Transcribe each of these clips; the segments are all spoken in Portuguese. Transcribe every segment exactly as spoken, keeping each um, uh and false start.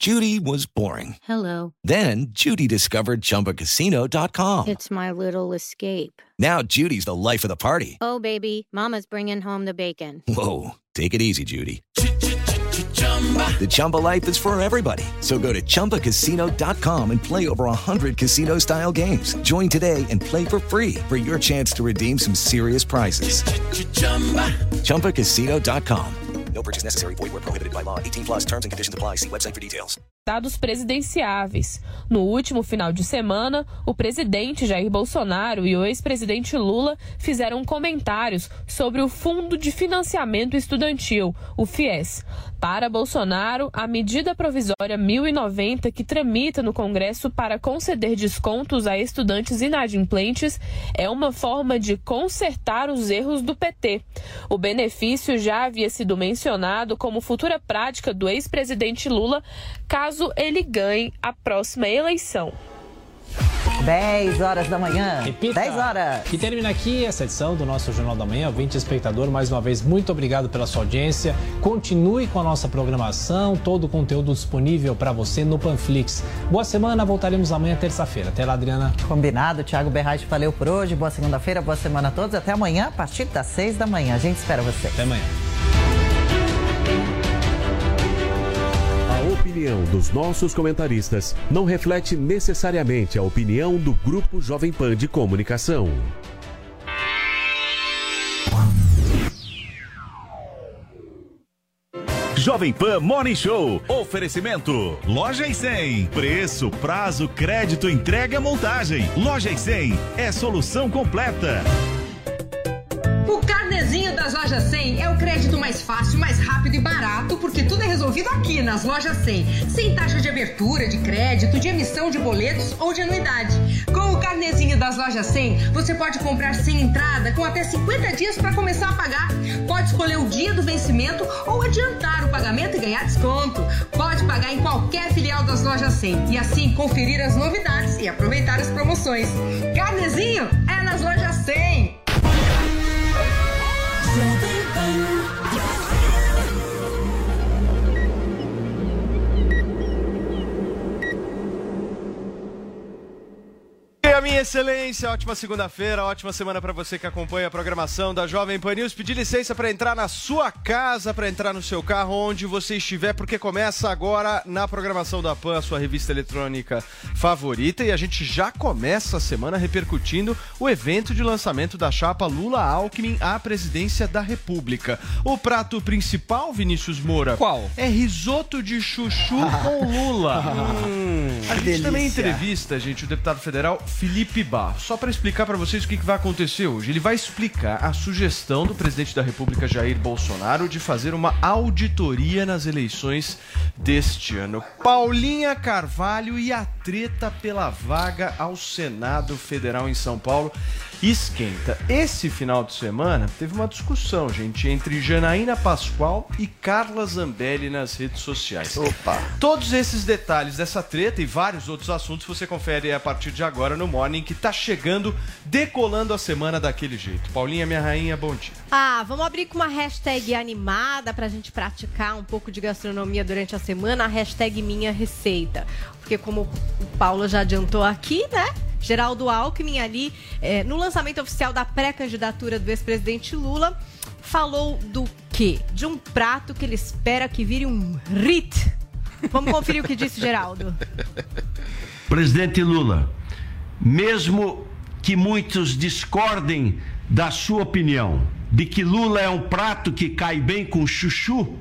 Judy was boring. Hello. Then Judy discovered Chumba Casino dot com. It's my little escape. Now Judy's the life of the party. Oh, baby, mama's bringing home the bacon. Whoa, take it easy, Judy. The Chumba life is for everybody. So go to Chumba Casino dot com and play over one hundred casino-style games. Join today and play for free for your chance to redeem some serious prizes. Chumba Casino dot com. No purchase necessary. Void where prohibited by law. eighteen plus terms and conditions apply. See website for details. Dados presidenciáveis. No último final de semana, o presidente Jair Bolsonaro e o ex-presidente Lula fizeram comentários sobre o Fundo de Financiamento Estudantil, o FIES. Para Bolsonaro, a medida provisória mil e noventa, que tramita no Congresso para conceder descontos a estudantes inadimplentes, é uma forma de consertar os erros do P T. O benefício já havia sido mencionado como futura prática do ex-presidente Lula, caso ele ganhe a próxima eleição. dez horas da manhã. Repita. dez horas. E termina aqui essa edição do nosso Jornal da Manhã. Ouvinte espectador, mais uma vez, muito obrigado pela sua audiência. Continue com a nossa programação, todo o conteúdo disponível para você no Panflix. Boa semana, voltaremos amanhã, terça-feira. Até lá, Adriana. Combinado. Thiago Berratti, valeu por hoje. Boa segunda-feira, boa semana a todos. Até amanhã, a partir das seis da manhã. A gente espera você. Até amanhã. A opinião dos nossos comentaristas não reflete necessariamente a opinião do Grupo Jovem Pan de Comunicação. Jovem Pan Morning Show. Oferecimento. Loja e cem. Preço, prazo, crédito, entrega, montagem. Loja e cem é solução completa. O carnezinho das Lojas cem é o crédito mais fácil, mais rápido e barato, porque tudo é resolvido aqui nas Lojas cem. Sem taxa de abertura, de crédito, de emissão de boletos ou de anuidade. Com o carnezinho das Lojas cem, você pode comprar sem entrada com até cinquenta dias para começar a pagar. Pode escolher o dia do vencimento ou adiantar o pagamento e ganhar desconto. Pode pagar em qualquer filial das Lojas cem e assim conferir as novidades e aproveitar as promoções. Carnezinho é nas Lojas cem. E a minha excelência, ótima segunda-feira, ótima semana para você que acompanha a programação da Jovem Pan News. Pedir licença para entrar na sua casa, para entrar no seu carro, onde você estiver, porque começa agora na programação da Pan, a sua revista eletrônica favorita, e a gente já começa a semana repercutindo o evento de lançamento da chapa Lula-Alckmin à presidência da República. O prato principal, Vinícius Moura, qual? É risoto de chuchu com Lula. Hum, a gente delícia. Também entrevista, gente, o deputado federal Felipe Barros. Só para explicar para vocês o que vai acontecer hoje. Ele vai explicar a sugestão do presidente da República, Jair Bolsonaro, de fazer uma auditoria nas eleições deste ano. Paulinha Carvalho e a treta pela vaga ao Senado Federal em São Paulo esquenta. Esse final de semana teve uma discussão, gente, entre Janaína Pascoal e Carla Zambelli nas redes sociais. Opa! Todos esses detalhes dessa treta e vários outros assuntos você confere a partir de agora no Morning, que tá chegando, decolando a semana daquele jeito. Paulinha, minha rainha, bom dia. Ah, vamos abrir com uma hashtag animada pra gente praticar um pouco de gastronomia durante a semana, a hashtag Minha Receita. Porque como o Paulo já adiantou aqui, né? Geraldo Alckmin ali, é, no lançamento oficial da pré-candidatura do ex-presidente Lula, falou do quê? De um prato que ele espera que vire um hit. Vamos conferir o que disse Geraldo. Presidente Lula, mesmo que muitos discordem da sua opinião, de que Lula é um prato que cai bem com chuchu,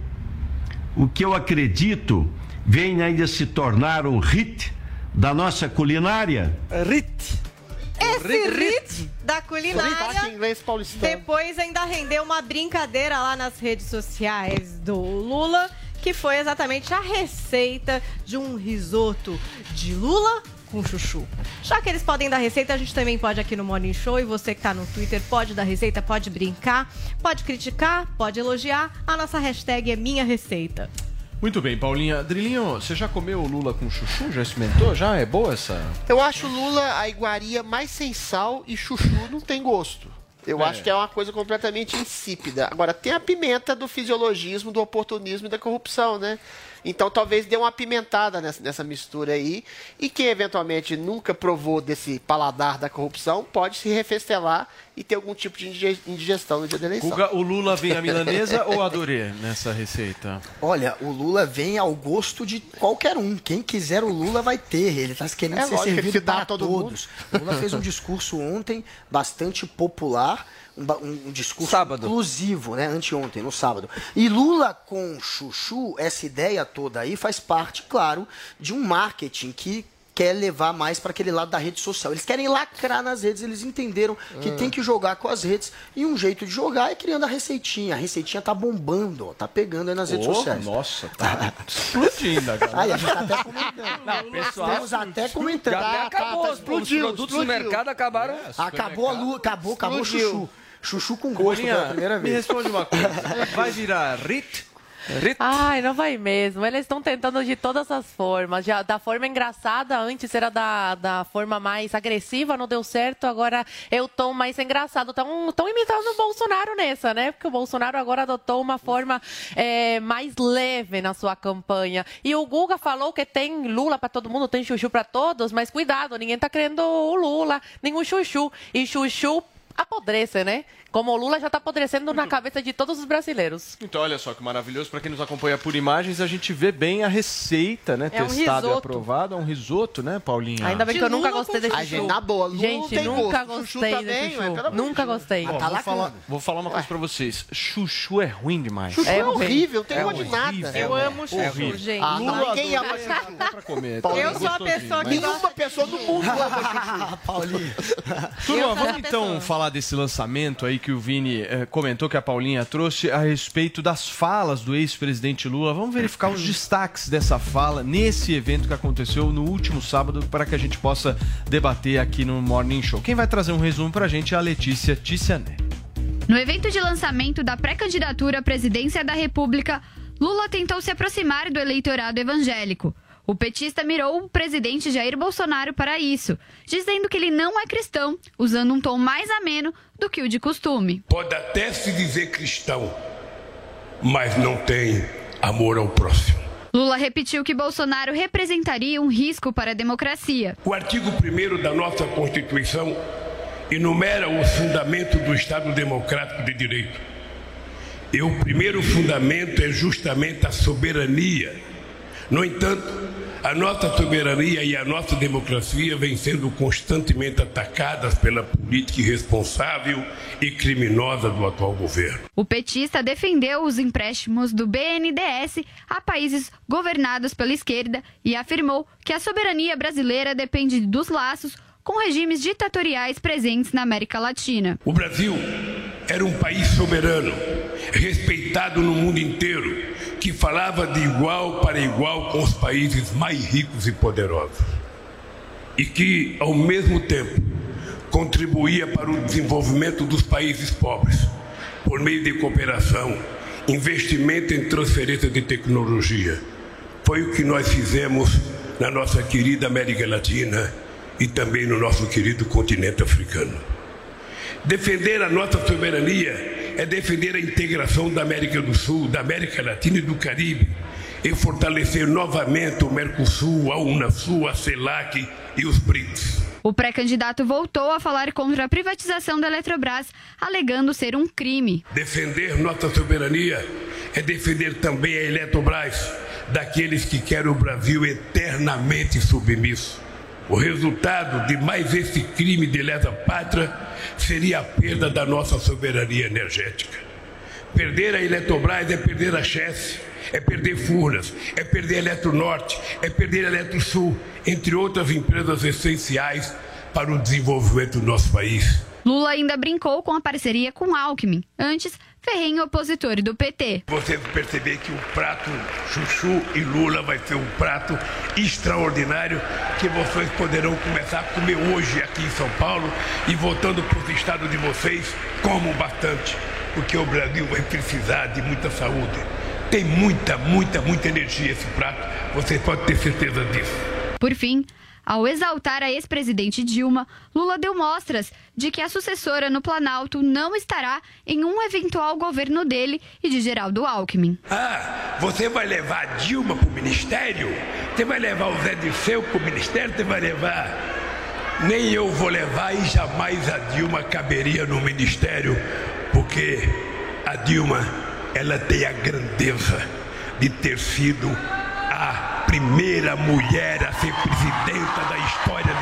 o que eu acredito vem ainda se tornar um hit da nossa culinária. Rit. Esse rit da culinária Rit, inglês paulistano. Depois ainda rendeu uma brincadeira lá nas redes sociais do Lula, que foi exatamente a receita de um risoto de Lula com chuchu. Já que eles podem dar receita, a gente também pode aqui no Morning Show, e você que tá no Twitter pode dar receita, pode brincar, pode criticar, pode elogiar. A nossa hashtag é Minha Receita. Muito bem, Paulinha. Drilinho, você já comeu Lula com chuchu? Já experimentou? Já? É boa essa? Eu acho Lula a iguaria mais sem sal e chuchu não tem gosto. Eu é. acho que é uma coisa completamente insípida. Agora, tem a pimenta do fisiologismo, do oportunismo e da corrupção, né? Então talvez dê uma apimentada nessa, nessa mistura aí. E quem eventualmente nunca provou desse paladar da corrupção pode se refestelar e ter algum tipo de indigestão no dia da eleição. Guga, o Lula vem à milanesa ou a Dorê nessa receita? Olha, o Lula vem ao gosto de qualquer um. Quem quiser o Lula vai ter. Ele está querendo É ser lógico, servido ele dá para a todo todos. O Lula fez um discurso ontem bastante popular, um, ba- um- um discurso inclusivo, né? Anteontem, no sábado. E Lula com Chuchu, essa ideia toda aí faz parte, claro, de um marketing que quer levar mais para aquele lado da rede social. Eles querem lacrar nas redes, eles entenderam que Ah. tem que jogar com as redes, e um jeito de jogar é criando a receitinha. A receitinha tá bombando, ó, tá pegando aí nas redes Oh, sociais. nossa, tá explodindo agora. Aí a gente tá até comentando. Não, pessoal, Estamos até comentando. já até Tá, acabou, tá, tá, os produtos explodiu. no mercado acabaram. Acabou a lua, acabou, acabou o Explodiu. chuchu. Chuchu com gosto pela primeira me vez. responde uma coisa. Vai virar Rit? Ai, não vai mesmo. Eles estão tentando de todas as formas. Já, da forma engraçada, antes era da, da forma mais agressiva, não deu certo. Agora é o tom mais engraçado. Estão imitando o Bolsonaro nessa, né? Porque o Bolsonaro agora adotou uma forma é, mais leve na sua campanha. E o Guga falou que tem Lula para todo mundo, tem Chuchu para todos, mas cuidado, ninguém está querendo o Lula, nem o Chuchu. E Chuchu apodrece, né? Como o Lula já está apodrecendo na cabeça de todos os brasileiros. Então, olha só que maravilhoso. Para quem nos acompanha por imagens, a gente vê bem a receita, né? É um Testada e risoto. aprovada. É um risoto, né, Paulinha? Ainda bem que eu nunca gostei desse A chuchu. gente, na boa, Lula Gente, não tem nunca gosto. Chuchu gostei também, desse mas chuchu. pelo amor Nunca de Deus. gostei. Ó, vou, falar, vou falar uma coisa pra vocês. Chuchu é ruim demais. Chuchu é, É ruim. horrível, não tem É gosto de nada. horrível. Eu amo chuchu, horrível. gente. Ah, Lula ninguém adora ama chuchu. pra comer. Paulinho, Eu sou a pessoa que Nenhuma pessoa do mundo ama chuchu. Paulinho. Turma, Eu sou vamos essa então pessoa. falar desse lançamento aí que o Vini eh, comentou, que a Paulinha trouxe a respeito das falas do ex-presidente Lula. Vamos verificar os destaques dessa fala nesse evento que aconteceu no último sábado para que a gente possa debater aqui no Morning Show. Quem vai trazer um resumo pra gente é a Letícia Ticiané. No evento de lançamento da pré-candidatura à presidência da República, Lula tentou se aproximar do eleitorado evangélico. O petista mirou o presidente Jair Bolsonaro para isso, dizendo que ele não é cristão, usando um tom mais ameno do que o de costume. Pode até se dizer cristão, mas não tem amor ao próximo. Lula repetiu que Bolsonaro representaria um risco para a democracia. O artigo primeiro da nossa Constituição enumera os fundamentos do Estado Democrático de Direito. E o primeiro fundamento é justamente a soberania. No entanto, a nossa soberania e a nossa democracia vêm sendo constantemente atacadas pela política irresponsável e criminosa do atual governo. O petista defendeu os empréstimos do B N D E S a países governados pela esquerda e afirmou que a soberania brasileira depende dos laços com regimes ditatoriais presentes na América Latina. O Brasil era um país soberano, respeitado no mundo inteiro, que falava de igual para igual com os países mais ricos e poderosos. E que, ao mesmo tempo, contribuía para o desenvolvimento dos países pobres, por meio de cooperação, investimento em transferência de tecnologia. Foi o que nós fizemos na nossa querida América Latina e também no nosso querido continente africano. Defender a nossa soberania é defender a integração da América do Sul, da América Latina e do Caribe, e fortalecer novamente o Mercosul, a Unasul, a CELAC e os BRICS. O pré-candidato voltou a falar contra a privatização da Eletrobras, alegando ser um crime. Defender nossa soberania é defender também a Eletrobras, daqueles que querem o Brasil eternamente submisso. O resultado de mais esse crime de lesa pátria seria a perda da nossa soberania energética. Perder a Eletrobras é perder a Chess, é perder Furnas, é perder a Eletronorte, é perder a Eletrosul, entre outras empresas essenciais para o desenvolvimento do nosso país. Lula ainda brincou com a parceria com Alckmin, antes ferrenho opositor do P T. Você perceber que o prato Chuchu e Lula vai ser um prato extraordinário que vocês poderão começar a comer hoje aqui em São Paulo e voltando para os estados de vocês, comam bastante, porque o Brasil vai precisar de muita saúde. Tem muita, muita, muita energia esse prato, vocês podem ter certeza disso. Por fim, Ao exaltar a ex-presidente Dilma, Lula deu mostras de que a sucessora no Planalto não estará em um eventual governo dele e de Geraldo Alckmin. Ah, você vai levar a Dilma para o ministério? Você vai levar o Zé Dirceu para o ministério? Você vai levar? Nem eu vou levar e jamais a Dilma caberia no ministério, porque a Dilma, ela tem a grandeza de ter sido a primeira mulher a ser presidenta da história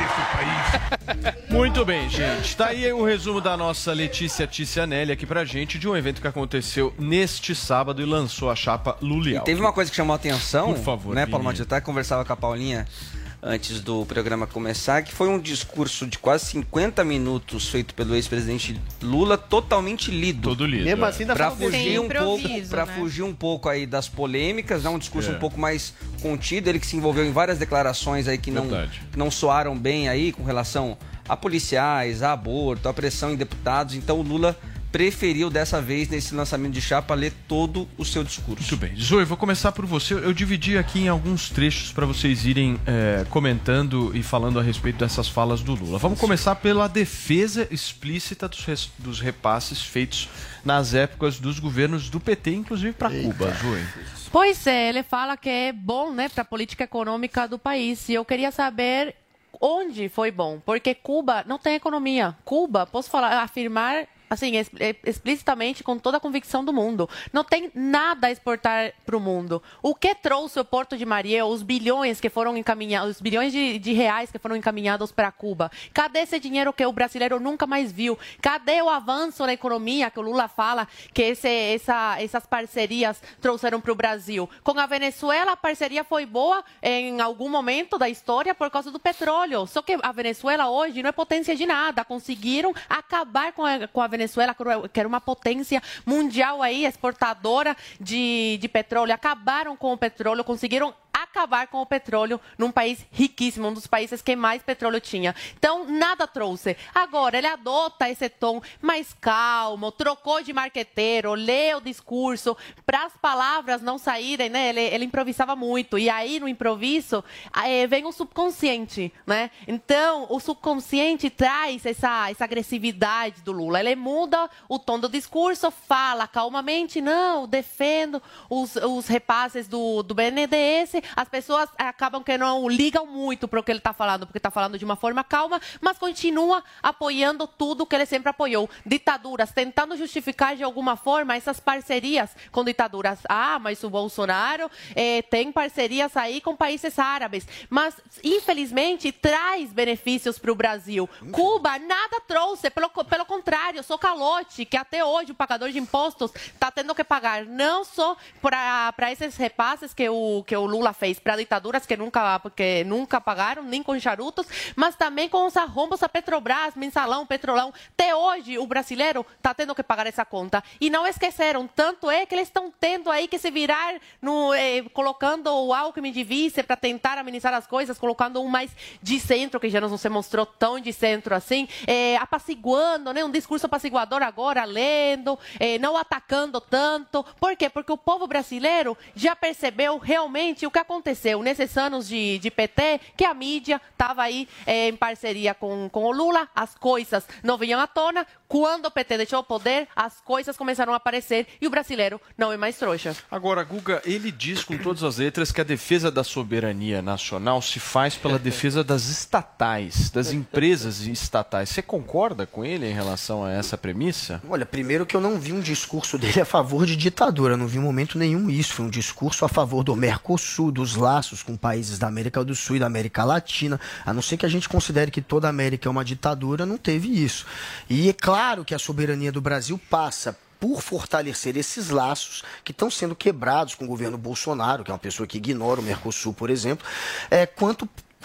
desse país. Muito bem, gente. Tá aí o resumo da nossa Letícia Ticianelli aqui pra gente, de um evento que aconteceu neste sábado e lançou a chapa Lula e Alckmin. Teve uma coisa que chamou a atenção, Por favor, né, Vini. Paulo Matias? Eu até conversava com a Paulinha antes do programa começar, que foi um discurso de quase cinquenta minutos feito pelo ex-presidente Lula, totalmente lido. Todo lido. Mesmo assim, ainda Para falou fugir dele. um pouco, improviso, para né? fugir um pouco aí das polêmicas, né? Um discurso É. um pouco mais contido, ele que se envolveu em várias declarações aí que não, Verdade. que não soaram bem aí com relação a policiais, a aborto, a pressão em deputados. Então o Lula preferiu dessa vez, nesse lançamento de chapa, ler todo o seu discurso. Muito bem. Zoe, vou começar por você. Eu dividi aqui em alguns trechos para vocês irem é, comentando e falando a respeito dessas falas do Lula. Vamos começar pela defesa explícita dos, res, dos repasses feitos nas épocas dos governos do P T, inclusive para Cuba, Zoe. Pois é, ele fala que é bom, né, para a política econômica do país. E eu queria saber onde foi bom, porque Cuba não tem economia. Cuba, posso falar, afirmar assim, es- explicitamente, com toda a convicção do mundo. Não tem nada a exportar para o mundo. O que trouxe o Porto de Mariel, os bilhões que foram encaminhados, os bilhões de, de reais que foram encaminhados para Cuba? Cadê esse dinheiro que o brasileiro nunca mais viu? Cadê o avanço na economia que o Lula fala que esse, essa, essas parcerias trouxeram para o Brasil? Com a Venezuela, a parceria foi boa em algum momento da história por causa do petróleo. Só que a Venezuela hoje não é potência de nada. Conseguiram acabar com a, com a Venezuela, que era uma potência mundial aí, exportadora de, de petróleo. Acabaram com o petróleo, conseguiram acabar com o petróleo num país riquíssimo, um dos países que mais petróleo tinha. Então, nada trouxe. Agora, ele adota esse tom mais calmo, trocou de marqueteiro, lê o discurso, para as palavras não saírem, né? Ele, ele improvisava muito. E aí, no improviso, eh, vem o subconsciente, né? Então, o subconsciente traz essa, essa agressividade do Lula. Ele muda o tom do discurso, fala calmamente, não, defendo os, os repasses do, do B N D E S. As pessoas acabam que não ligam muito para o que ele está falando, porque está falando de uma forma calma, mas continua apoiando tudo que ele sempre apoiou. Ditaduras, tentando justificar de alguma forma essas parcerias com ditaduras. Ah, mas o Bolsonaro eh, tem parcerias aí com países árabes, mas infelizmente traz benefícios para o Brasil. Cuba nada trouxe, pelo, pelo contrário, só calote, que até hoje o pagador de impostos está tendo que pagar, não só para esses repasses que o, que o Lula fez para ditaduras que nunca, porque nunca pagaram, nem com charutos, mas também com os arrombos a Petrobras, mensalão, petrolão. Até hoje o brasileiro está tendo que pagar essa conta. E não esqueceram, tanto é que eles estão tendo aí que se virar, no, eh, colocando o Alckmin de vice para tentar amenizar as coisas, colocando um mais de centro, que já não se mostrou tão de centro assim, eh, apaciguando, né, um discurso apaciguador agora, lendo, eh, não atacando tanto. Por quê? Porque o povo brasileiro já percebeu realmente o que aconteceu nesses anos de, de P T, que a mídia estava aí eh, em parceria com, com o Lula, as coisas não vinham à tona. Quando o P T deixou o poder, as coisas começaram a aparecer e o brasileiro não é mais trouxa. Agora, Guga, ele diz com todas as letras que a defesa da soberania nacional se faz pela defesa das estatais, das empresas estatais. Você concorda com ele em relação a essa premissa? Olha, primeiro que eu não vi um discurso dele a favor de ditadura, não vi em momento nenhum isso. Foi um discurso a favor do Mercosul, dos laços com países da América do Sul e da América Latina. A não ser que a gente considere que toda a América é uma ditadura, não teve isso. E é claro que a soberania do Brasil passa por fortalecer esses laços que estão sendo quebrados com o governo Bolsonaro, que é uma pessoa que ignora o Mercosul, por exemplo, é, quanto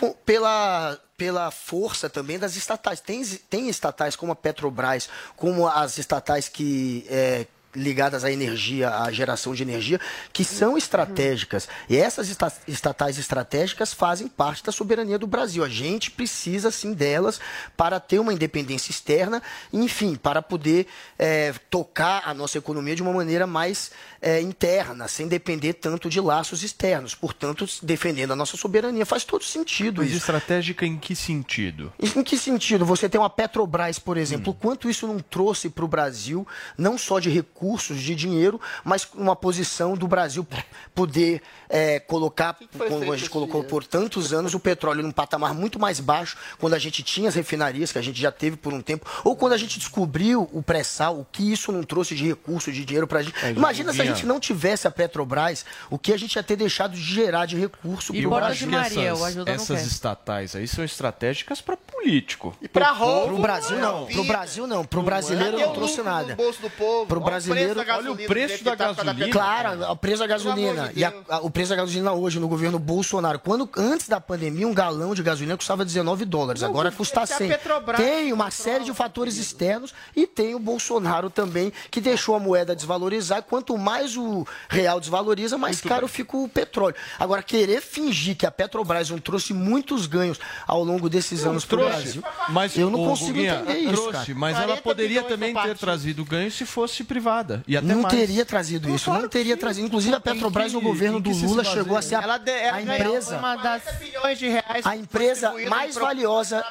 pela, pela força também das estatais. Tem, tem estatais como a Petrobras, como as estatais que... É, ligadas à energia, à geração de energia, que são estratégicas. E essas estatais estratégicas fazem parte da soberania do Brasil. A gente precisa, sim, delas para ter uma independência externa, enfim, para poder é, tocar a nossa economia de uma maneira mais é, interna, sem depender tanto de laços externos. Portanto, defendendo a nossa soberania. Faz todo sentido Mas isso. estratégica em que sentido? Em que sentido? Você tem uma Petrobras, por exemplo, hum. quanto isso não trouxe para o Brasil, não só de recursos, de dinheiro, mas uma posição do Brasil poder é, colocar, como a gente colocou por tantos anos, o petróleo num patamar muito mais baixo, quando a gente tinha as refinarias, que a gente já teve por um tempo, ou quando a gente descobriu o pré-sal, o que isso não trouxe de recursos, de dinheiro para a gente. É, Imagina se a gente não tivesse a Petrobras, o que a gente ia ter deixado de gerar de recurso para o Brasil. De Maria, essas essas estatais aí são estratégicas para político. E para o Brasil não, para o Brasil não, para o brasileiro não trouxe nada. Para o brasileiro, olha o preço da gasolina. Claro, o preço da gasolina. E a, a, o preço da gasolina hoje no governo Bolsonaro. Quando, antes da pandemia, um galão de gasolina custava dezenove dólares. Não, agora custa cem. Tem uma série de fatores externos e tem o Bolsonaro também, que deixou a moeda desvalorizar. Quanto mais o real desvaloriza, mais Muito caro bem. fica o petróleo. Agora, querer fingir que a Petrobras não trouxe muitos ganhos ao longo desses não, anos para o Brasil, mas, eu não consigo Guinha, entender isso, trouxe, cara. Mas ela poderia também ter trazido ganhos se fosse privada. E até não mais. teria trazido isso, não, não teria trazido. Inclusive a Petrobras no governo do Lula chegou a ser a, ela de, ela a empresa, uma das bilhões de reais a empresa mais valiosa,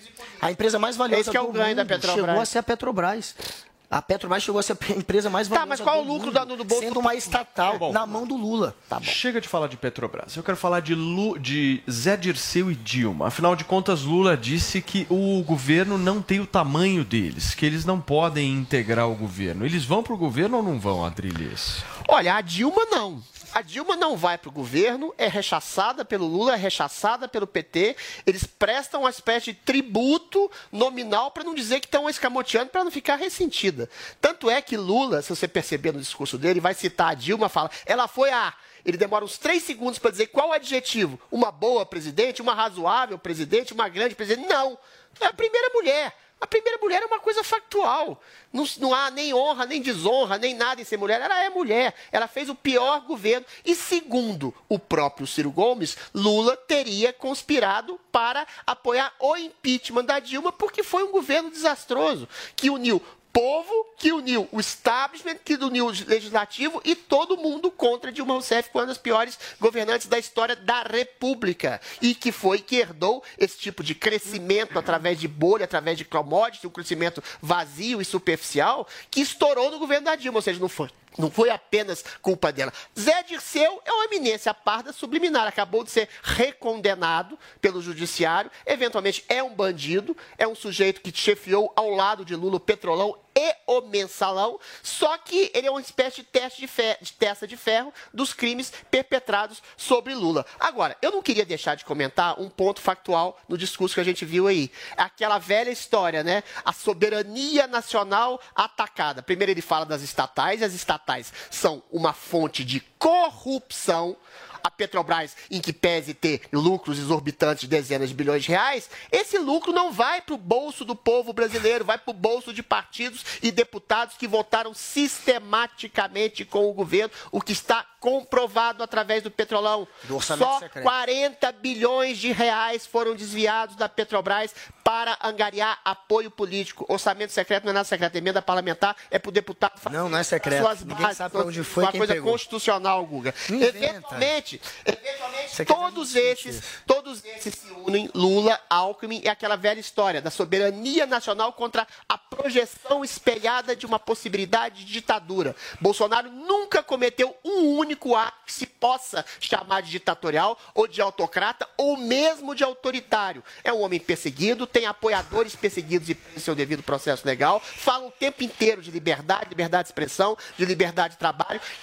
a empresa mais valiosa Esse que é o ganho da Petrobras. Chegou a ser a Petrobras. A Petrobras chegou a ser a empresa mais valiosa. Tá, mas qual o lucro da, do bolso? Sendo uma estatal bom, na mão do Lula. Tá bom. Chega de falar de Petrobras. Eu quero falar de, Lu, de Zé Dirceu e Dilma. Afinal de contas, Lula disse que o governo não tem o tamanho deles, que eles não podem integrar o governo. Eles vão pro governo ou não vão, Adriles? Olha, a Dilma não. A Dilma não vai para o governo, é rechaçada pelo Lula, é rechaçada pelo P T. Eles prestam uma espécie de tributo nominal, para não dizer que estão escamoteando, para não ficar ressentida. Tanto é que Lula, se você perceber no discurso dele, vai citar a Dilma, fala, ela foi a... Ele demora uns três segundos para dizer qual o adjetivo. Uma boa presidente, uma razoável presidente, uma grande presidente. Não, é a primeira mulher. A primeira mulher é uma coisa factual. Não, não há nem honra, nem desonra, nem nada em ser mulher. Ela é mulher. Ela fez o pior governo. E segundo o próprio Ciro Gomes, Lula teria conspirado para apoiar o impeachment da Dilma, porque foi um governo desastroso, que uniu povo, que uniu o establishment, que uniu o legislativo e todo mundo contra Dilma Rousseff, que foi uma das piores governantes da história da República. E que foi que herdou esse tipo de crescimento através de bolha, através de commodity, um crescimento vazio e superficial, que estourou no governo da Dilma, ou seja, não foi. Não foi apenas culpa dela. Zé Dirceu é uma eminência parda subliminar. Acabou de ser recondenado pelo judiciário. Eventualmente é um bandido. É um sujeito que chefiou ao lado de Lula o Petrolão e o Mensalão. Só que ele é uma espécie de, teste de, fe... de testa de ferro dos crimes perpetrados sobre Lula. Agora, eu não queria deixar de comentar um ponto factual no discurso que a gente viu aí. Aquela velha história, né? A soberania nacional atacada. Primeiro ele fala das estatais, e as estatais são uma fonte de corrupção. A Petrobras, em que pese ter lucros exorbitantes de dezenas de bilhões de reais, esse lucro não vai para o bolso do povo brasileiro, vai para o bolso de partidos e deputados que votaram sistematicamente com o governo, o que está comprovado através do Petrolão. Do orçamento Só secreto. quarenta bilhões de reais foram desviados da Petrobras para angariar apoio político. Orçamento secreto não é nada secreto, emenda parlamentar é para o deputado fazer. Não, não é secreto. Suas Ninguém bases, sabe para onde foi, uma quem coisa pegou. Constitucional, Guga. Não inventa. Eventualmente, eventualmente todos esses, todos esses se unem, Lula, Alckmin, e aquela velha história da soberania nacional contra a projeção espelhada de uma possibilidade de ditadura. Bolsonaro nunca cometeu um único ato que se possa chamar de ditatorial ou de autocrata ou mesmo de autoritário. É um homem perseguido, tem apoiadores perseguidos e em seu devido processo legal, fala o tempo inteiro de liberdade, liberdade de expressão, de liberdade de trabalho. Quem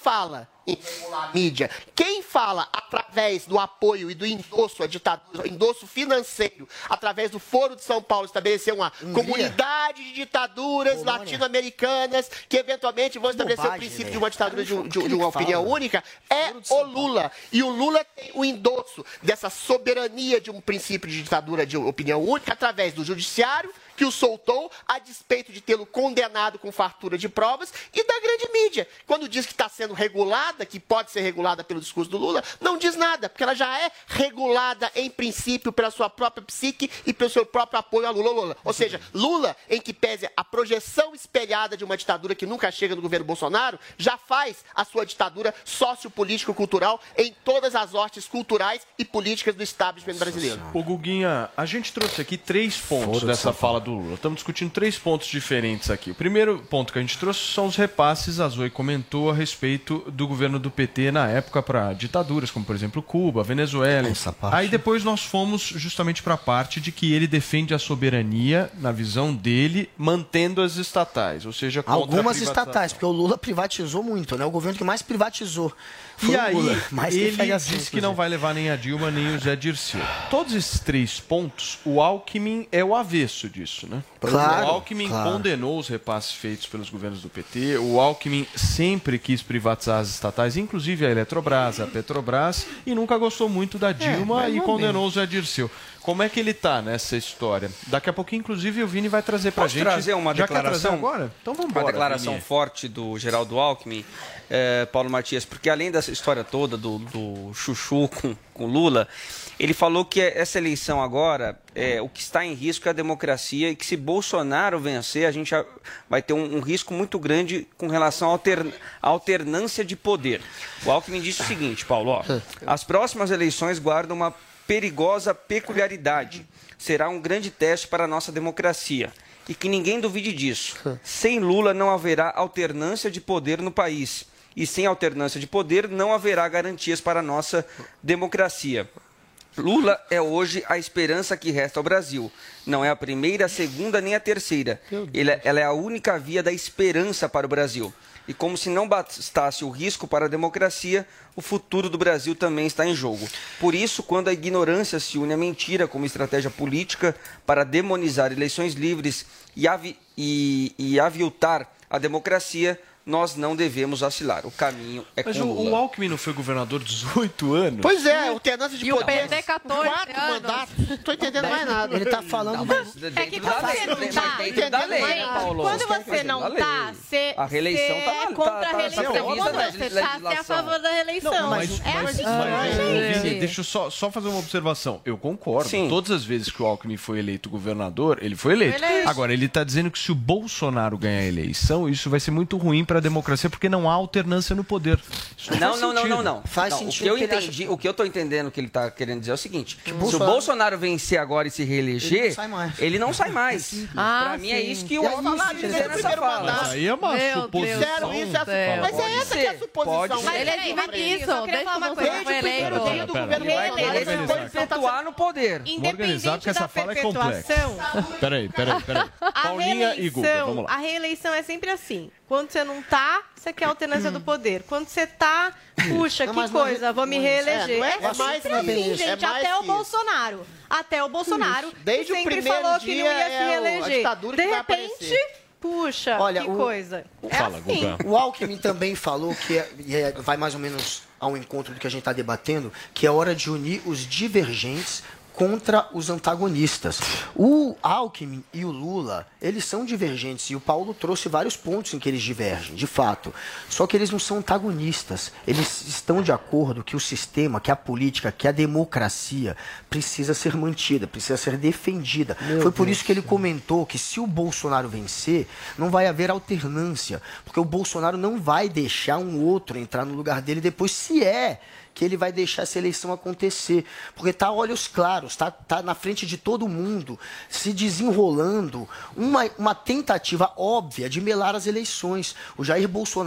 fala em regular a mídia? Quem fala através do apoio e do endosso à ditadura, endosso financeiro, através do Foro de São Paulo, estabelecer uma Hungria. comunidade de ditaduras Polônia. latino-americanas que eventualmente vão estabelecer Bobagem, o princípio véio. de uma ditadura de, de, de uma opinião fala, única? É o Lula. E o Lula tem o endosso dessa soberania de um princípio de ditadura de opinião única através do judiciário, que o soltou, a despeito de tê-lo condenado com fartura de provas, e da grande mídia. Quando diz que está sendo regulada, que pode ser regulada pelo discurso do Lula, não diz nada, porque ela já é regulada, em princípio, pela sua própria psique e pelo seu próprio apoio a Lula. Lula. Ou seja, Lula, em que pese a projeção espelhada de uma ditadura que nunca chega no governo Bolsonaro, já faz a sua ditadura sociopolítico-cultural em todas as hortes culturais e políticas do establishment brasileiro. Ô Guguinha, a gente trouxe aqui três pontos Foro dessa fala do Lula. Estamos discutindo três pontos diferentes aqui. O primeiro ponto que a gente trouxe são os repasses. A Zoe comentou a respeito do governo do P T na época para ditaduras, como por exemplo Cuba, Venezuela. Aí depois nós fomos justamente para a parte de que ele defende a soberania, na visão dele, mantendo as estatais, ou seja, contra algumas a estatais, porque o Lula privatizou muito, né? O governo que mais privatizou. E aí, ele assim, disse que não vai levar nem a Dilma nem o Zé Dirceu. Todos esses três pontos, o Alckmin é o avesso disso, né? Claro, o Alckmin claro. condenou os repasses feitos pelos governos do P T, o Alckmin sempre quis privatizar as estatais, inclusive a Eletrobras, a Petrobras, e nunca gostou muito da Dilma é, e condenou o Zé Dirceu. Como é que ele tá nessa história? Daqui a pouquinho, inclusive, o Vini vai trazer pra Posso gente. trazer uma Já declaração? Quer trazer agora? Então vamos embora. Uma declaração Vini. forte do Geraldo Alckmin, é, Paulo Matias, porque além dessa história toda do, do chuchu com, com Lula, ele falou que essa eleição agora, é, o que está em risco é a democracia e que se Bolsonaro vencer, a gente vai ter um, um risco muito grande com relação à altern, alternância de poder. O Alckmin disse o seguinte, Paulo, ó, as próximas eleições guardam uma perigosa peculiaridade. Será um grande teste para a nossa democracia. E que ninguém duvide disso. Sem Lula não haverá alternância de poder no país. E sem alternância de poder não haverá garantias para a nossa democracia. Lula é hoje a esperança que resta ao Brasil. Não é a primeira, a segunda nem a terceira. Ele, ela é a única via da esperança para o Brasil. E como se não bastasse o risco para a democracia, o futuro do Brasil também está em jogo. Por isso, quando a ignorância se une à mentira como estratégia política para demonizar eleições livres e, avi e, e aviltar a democracia, nós não devemos vacilar. O caminho é Mas com o, Lula. o Alckmin não foi governador dezoito anos? Pois é, o alternância de E poder. o P T quatorze Quatro anos. mandatos. Não tô entendendo mais nada. Ele tá falando... Não, mas É dentro que da quando lei, você não mas tá... dentro da lei, Gente, Paulo. quando Vocês você querem não fazer da tá, lei. você... A reeleição você tá é na- contra tá- a tá reeleição. prevista Quando na você tá, você é a legislação. favor da reeleição. Não, mas, é mas, assim, mas, gente. Vini, deixa eu só, só fazer uma observação. Eu concordo. Sim. Todas as vezes que o Alckmin foi eleito governador, ele foi eleito. Foi eleito. Agora, ele está dizendo que se o Bolsonaro ganhar a eleição, isso vai ser muito ruim para a democracia, porque não há alternância no poder. Isso Não, faz não, não, sentido. não, não. Faz Não, sentido O que eu que ele acha entendi, o que eu tô entendendo que ele tá querendo dizer é o seguinte: se Bolsonaro- o Bolsonaro vencer agora e se reeleger, Ele não sai mais. ele não sai mais. Ah, pra mim é sim. isso que o É Alckmin isso, quis ele dizer é o nessa primeiro fala. mandato. Mas aí é uma Meu suposição. Sério, isso é a Deus. Mas é essa que é a Pode suposição. ser. Mas Ele peraí, admite peraí, isso, só queria desde falar uma que coisa. você foi Desde o eleito. primeiro dia do Pera, governo pera, Lula, pera, ele pera, foi pera, preso Perpetuar no poder. Organizado, porque Independente essa da fala é complexa. perpetuação, Peraí, peraí, peraí. a Paulinha e Guga, vamos reeleição, lá. a reeleição é sempre assim. Quando você não tá, você quer alternância do poder. Quando você tá, puxa, Não, que mas não é- coisa, vou me não é- reeleger. é, não é- É, é mais sempre que assim, isso, é gente, mais até o que isso. Bolsonaro. Até o Bolsonaro, Isso. Desde que o sempre primeiro falou que não dia ia se é o- a reeleger. ditadura De que vai repente, aparecer. puxa, Olha, que o- coisa. É Fala, assim. Guga. O Alckmin também falou que é- e é- vai mais ou menos ao encontro do que a gente está debatendo, que é hora de unir os divergentes contra os antagonistas. O Alckmin e o Lula, eles são divergentes, e o Paulo trouxe vários pontos em que eles divergem, de fato. Só que eles não são antagonistas. Eles estão de acordo que o sistema, que a política, que a democracia precisa ser mantida, precisa ser defendida. Foi por isso que ele comentou que se o Bolsonaro vencer, não vai haver alternância, porque o Bolsonaro não vai deixar um outro entrar no lugar dele depois, se é que ele vai deixar essa eleição acontecer. Porque está a olhos claros, está tá na frente de todo mundo, se desenrolando uma, uma tentativa óbvia de melar as eleições. O Jair Bolsonaro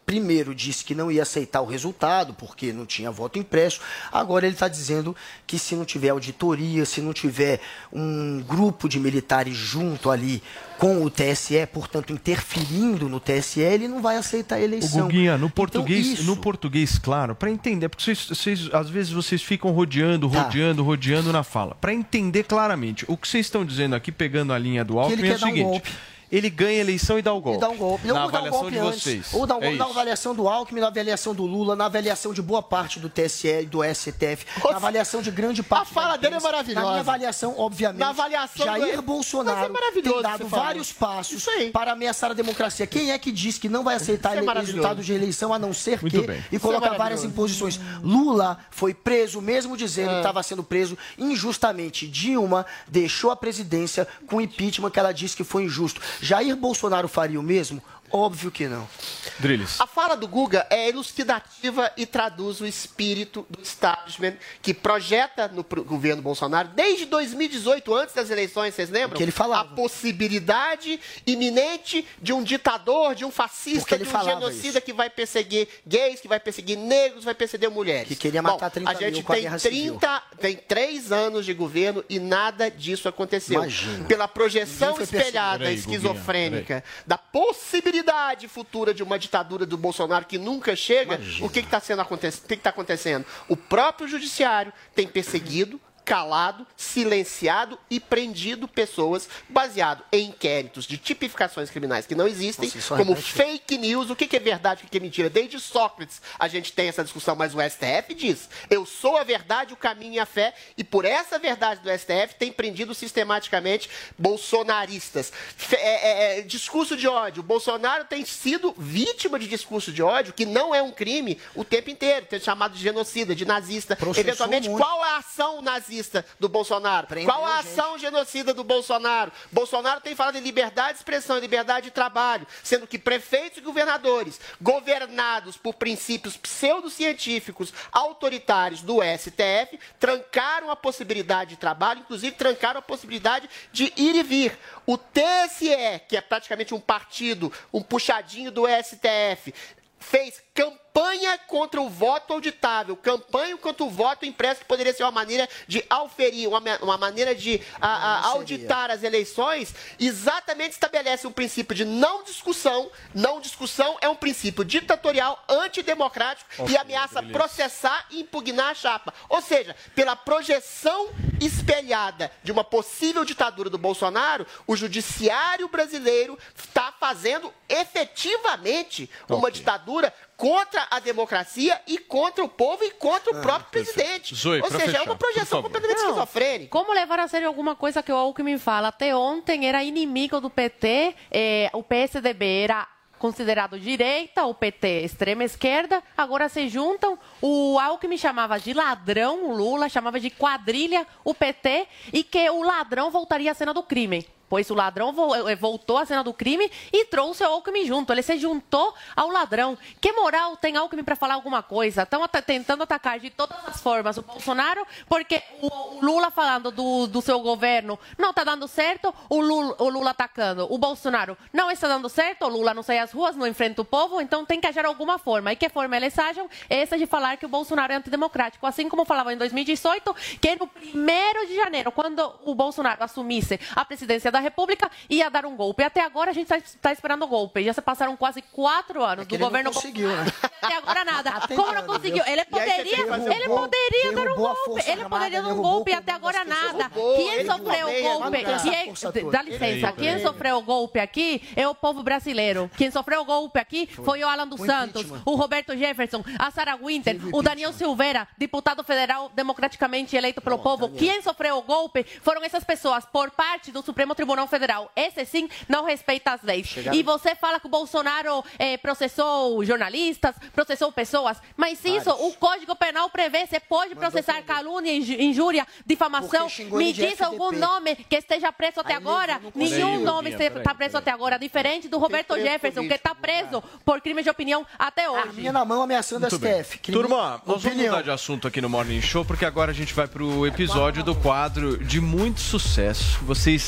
primeiro disse que não ia aceitar o resultado, porque não tinha voto impresso. Agora ele está dizendo que se não tiver auditoria, se não tiver um grupo de militares junto ali com o T S E, portanto, interferindo no T S E, ele não vai aceitar a eleição. O Guguinha, no português, então, isso... no português claro, para entender, porque vocês, vocês, às vezes vocês ficam rodeando, rodeando, tá. rodeando na fala. Para entender claramente, o que vocês estão dizendo aqui, pegando a linha do Alckmin, é o seguinte... Um ele ganha a eleição e dá o golpe. E dá um golpe. Na ou avaliação um golpe de antes, vocês. Ou dá um golpe é na avaliação do Alckmin, na avaliação do Lula, na avaliação de boa parte do T S E e do S T F, na avaliação de grande parte. A fala dele é maravilhosa. Na minha avaliação, obviamente, na avaliação Jair do... Bolsonaro é tem dado vários passos para ameaçar a democracia. Quem é que diz que não vai aceitar o é resultado de eleição, a não ser Muito que, bem. e colocar é várias imposições? Lula foi preso, mesmo dizendo é. que estava sendo preso injustamente. Dilma deixou a presidência com impeachment, que ela disse que foi injusto. Jair Bolsonaro faria o mesmo? Óbvio que não. Drilis. A fala do Guga é elucidativa e traduz o espírito do establishment que projeta no governo Bolsonaro, desde dois mil e dezoito, antes das eleições, vocês lembram? Que ele falava. A possibilidade iminente de um ditador, de um fascista, de um genocida isso. que vai perseguir gays, que vai perseguir negros, vai perseguir mulheres. Que queria matar Bom, trinta a gente mil com a tem guerra trinta, tem três anos de governo e nada disso aconteceu. Imagina. Pela projeção espelhada, aí, esquizofrênica, da possibilidade futura de uma ditadura do Bolsonaro que nunca chega, Imagina. o que está sendo acontecendo? O que está acontecendo? O próprio judiciário tem perseguido, calado, silenciado e prendido pessoas baseado em inquéritos de tipificações criminais que não existem, Nossa, como fake news. O que é verdade, o que é mentira? Desde Sócrates a gente tem essa discussão, mas o S T F diz: eu sou a verdade, o caminho e a fé, e por essa verdade do S T F tem prendido sistematicamente bolsonaristas. É, é, é, discurso de ódio. Bolsonaro tem sido vítima de discurso de ódio, que não é um crime, o tempo inteiro, tem chamado de genocida, de nazista. Processou Eventualmente, muito. Qual a ação nazista do Bolsonaro? Prendeu, Qual a ação gente. genocida do Bolsonaro? Bolsonaro tem falado em liberdade de expressão, em liberdade de trabalho, sendo que prefeitos e governadores, governados por princípios pseudocientíficos autoritários do S T F, trancaram a possibilidade de trabalho, inclusive trancaram a possibilidade de ir e vir. O T S E, que é praticamente um partido, um puxadinho do S T F, fez campanha contra o voto auditável, campanha contra o voto impresso, que poderia ser uma maneira de auferir, uma, uma maneira de a, a, auditar as eleições, exatamente estabelece um princípio de não discussão. Não discussão é um princípio ditatorial, antidemocrático okay, e ameaça beleza. processar e impugnar a chapa. Ou seja, pela projeção espelhada de uma possível ditadura do Bolsonaro, o judiciário brasileiro está fazendo efetivamente okay. uma ditadura contra a democracia e contra o povo e contra o ah, próprio presidente. Zoe, Ou seja, fechar, é uma projeção completamente Não, esquizofrênica. Como levar a sério alguma coisa que o Alckmin fala? Até ontem era inimigo do P T, eh, o P S D B era considerado direita, o P T extrema esquerda, agora se juntam. O Alckmin chamava de ladrão o Lula, chamava de quadrilha o P T, e que o ladrão voltaria à cena do crime. Pois o ladrão voltou à cena do crime e trouxe o Alckmin junto. Ele se juntou ao ladrão. Que moral tem Alckmin para falar alguma coisa? Estão tentando atacar de todas as formas o Bolsonaro, porque o Lula falando do, do seu governo não está dando certo, o Lula, o Lula atacando. O Bolsonaro não está dando certo, o Lula não sai às ruas, não enfrenta o povo, então tem que agir de alguma forma. E que forma eles agem? Essa de falar que o Bolsonaro é antidemocrático. Assim como falava em dois mil e dezoito, que no primeiro de janeiro, quando o Bolsonaro assumisse a presidência da República, ia dar um golpe. Até agora a gente está tá esperando o golpe. Já se passaram quase quatro anos é do governo. Não conseguiu, né? Até agora nada. Tá tentando, Como não conseguiu? Ele poderia, ele um poderia dar um golpe. Ele poderia dar um golpe e até agora nada. Quem sofreu o golpe? Quem, dá licença. Quem sofreu o golpe aqui é o povo brasileiro. Quem sofreu o golpe aqui foi o Alan dos Santos, o Roberto Jefferson, a Sarah Winter, o Daniel Silveira, deputado federal democraticamente eleito pelo povo. Quem sofreu o golpe foram essas pessoas por parte do Supremo Tribunal Federal. Esse sim não respeita as leis. Chegaram. E você fala que o Bolsonaro eh, processou jornalistas, processou pessoas, mas se isso, o Código Penal prevê, você pode Mandou processar prender. calúnia, injúria, difamação. Me diz algum nome que esteja preso até Aí agora? Nenhum nome está preso até agora, diferente do Roberto Jefferson, político, que está preso né? por crime de opinião até hoje. A minha na mão ameaçando a S T F. Crime... Turma, nós vamos mudar de assunto aqui no Morning Show, porque agora a gente vai para o episódio do quadro de muito sucesso. Vocês adoram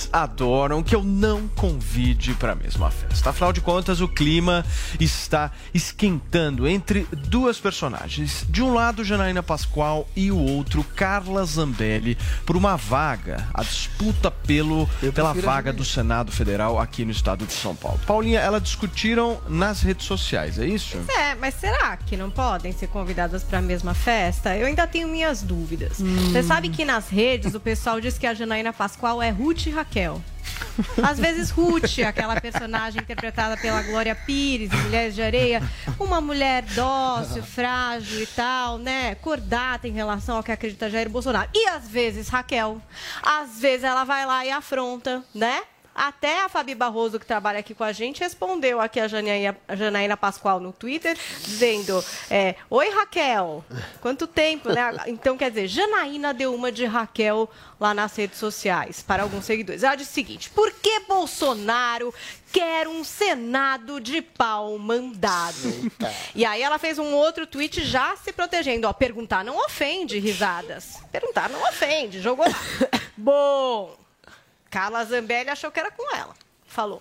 adoram que eu não convide para a mesma festa. Afinal de contas, o clima está esquentando entre duas personagens. De um lado, Janaína Pascoal e o outro, Carla Zambelli, por uma vaga, a disputa pelo, pela vaga do Senado Federal aqui no estado de São Paulo. Paulinha, elas discutiram nas redes sociais, é isso? É, mas será que não podem ser convidadas para a mesma festa? Eu ainda tenho minhas dúvidas. Hum. Você sabe que nas redes o pessoal diz que a Janaína Pascoal é Ruth e Raquel. Às vezes Ruth, aquela personagem interpretada pela Glória Pires em Mulheres de Areia, uma mulher dócil, frágil e tal, né, cordata em relação ao que acredita Jair Bolsonaro. E às vezes Raquel, às vezes ela vai lá e afronta, né? Até a Fabi Barroso, que trabalha aqui com a gente, respondeu aqui a Janaína, a Janaína Pascoal no Twitter, dizendo, é, oi Raquel, quanto tempo, né? Então, quer dizer, Janaína deu uma de Raquel lá nas redes sociais, para alguns seguidores. Ela disse o seguinte, por que Bolsonaro quer um Senado de pau mandado? Eita. E aí ela fez um outro tweet já se protegendo, ó, perguntar não ofende, risadas. Perguntar não ofende, jogou lá. Bom... Carla Zambelli achou que era com ela. Falou.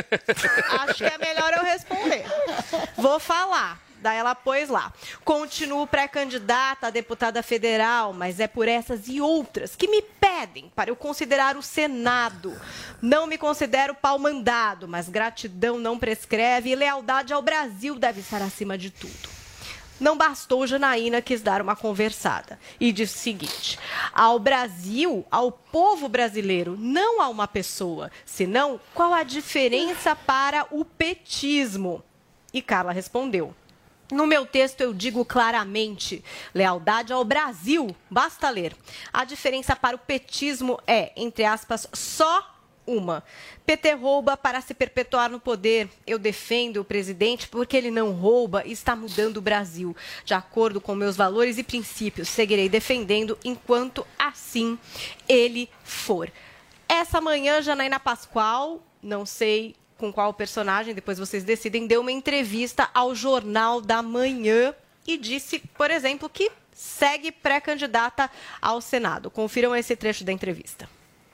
Acho que é melhor eu responder. Vou falar. Daí ela pôs lá. Continuo pré-candidata a deputada federal, mas é por essas e outras que me pedem para eu considerar o Senado. Não me considero pau mandado, mas gratidão não prescreve e lealdade ao Brasil deve estar acima de tudo. Não bastou, Janaína quis dar uma conversada e disse o seguinte, ao Brasil, ao povo brasileiro, não a uma pessoa, senão qual a diferença para o petismo? E Carla respondeu, no meu texto eu digo claramente, lealdade ao Brasil, basta ler. A diferença para o petismo é, entre aspas, só uma. P T rouba para se perpetuar no poder. Eu defendo o presidente porque ele não rouba e está mudando o Brasil. De acordo com meus valores e princípios, seguirei defendendo enquanto assim ele for. Essa manhã, Janaína Pascoal, não sei com qual personagem, depois vocês decidem, deu uma entrevista ao Jornal da Manhã e disse, por exemplo, que segue pré-candidata ao Senado. Confiram esse trecho da entrevista.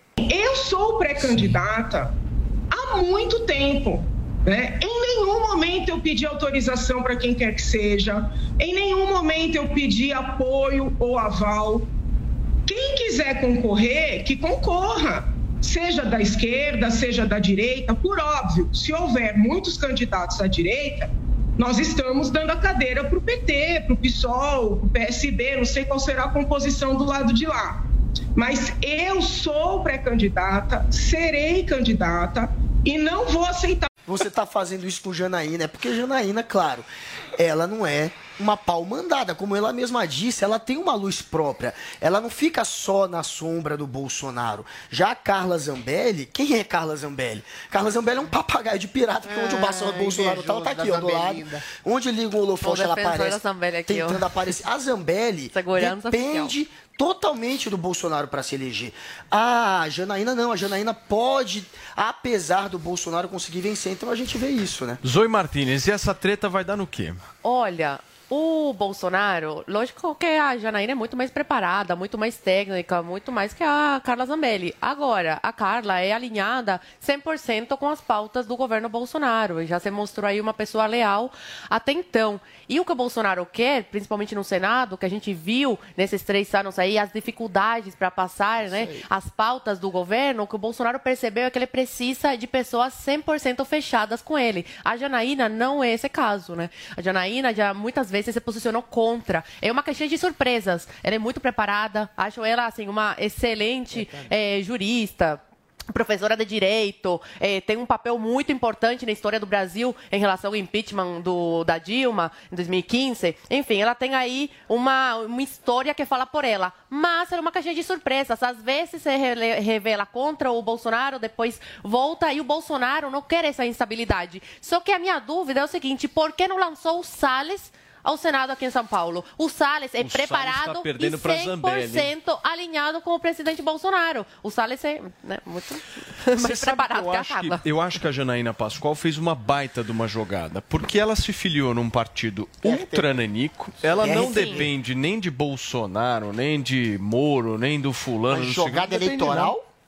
Eu sou pré-candidata há muito tempo, né? Em nenhum momento eu pedi autorização para quem quer que seja, em nenhum momento eu pedi apoio ou aval. Quem quiser concorrer, que concorra, seja da esquerda, seja da direita. Por óbvio, se houver muitos candidatos à direita, nós estamos dando a cadeira para o P T, para o PSOL, para o P S B, não sei qual será a composição do lado de lá. Mas eu sou pré-candidata, serei candidata e não vou aceitar. Você está fazendo isso com Janaína, é porque Janaína, claro, ela não é uma pau mandada, como ela mesma disse, ela tem uma luz própria, ela não fica só na sombra do Bolsonaro. Já a Carla Zambelli, quem é Carla Zambelli? Carla Zambelli é um papagaio de pirata, porque é, onde o Bolsonaro, é, Bolsonaro tá, tá aqui, ó, do lado. Linda. Onde liga o holofote, ela aparece, aqui, tentando ó. aparecer. A Zambelli depende oficial. totalmente do Bolsonaro para se eleger. Ah, a Janaína não, a Janaína pode, apesar do Bolsonaro conseguir vencer, então a gente vê isso, né? Zoe Martínez, e essa treta vai dar no quê? Olha, o Bolsonaro, lógico que a Janaína é muito mais preparada, muito mais técnica, muito mais que a Carla Zambelli. Agora, a Carla é alinhada cem por cento com as pautas do governo Bolsonaro. Já se mostrou aí uma pessoa leal até então. E o que o Bolsonaro quer, principalmente no Senado, que a gente viu nesses três anos aí, as dificuldades para passar, né, as pautas do governo, o que o Bolsonaro percebeu é que ele precisa de pessoas cem por cento fechadas com ele. A Janaína não é esse caso, né? A Janaína já muitas vezes se posicionou contra. É uma caixinha de surpresas. Ela é muito preparada. Acho ela, assim, uma excelente é, jurista, professora de Direito, eh, tem um papel muito importante na história do Brasil em relação ao impeachment do, da Dilma, em dois mil e quinze. Enfim, ela tem aí uma, uma história que fala por ela. Mas ela é uma caixinha de surpresas. Às vezes se revela contra o Bolsonaro, depois volta e o Bolsonaro não quer essa instabilidade. Só que a minha dúvida é o seguinte, por que não lançou o Salles ao Senado aqui em São Paulo? O Salles é o preparado Salles tá e cem por cento alinhado com o presidente Bolsonaro. O Salles é, né, muito mais preparado que, eu, que acho que eu acho que a Janaína Pascoal fez uma baita de uma jogada, porque ela se filiou num partido ultrananico, ela não depende nem de Bolsonaro, nem de Moro, nem do fulano. Mas jogada eleitoral? Não,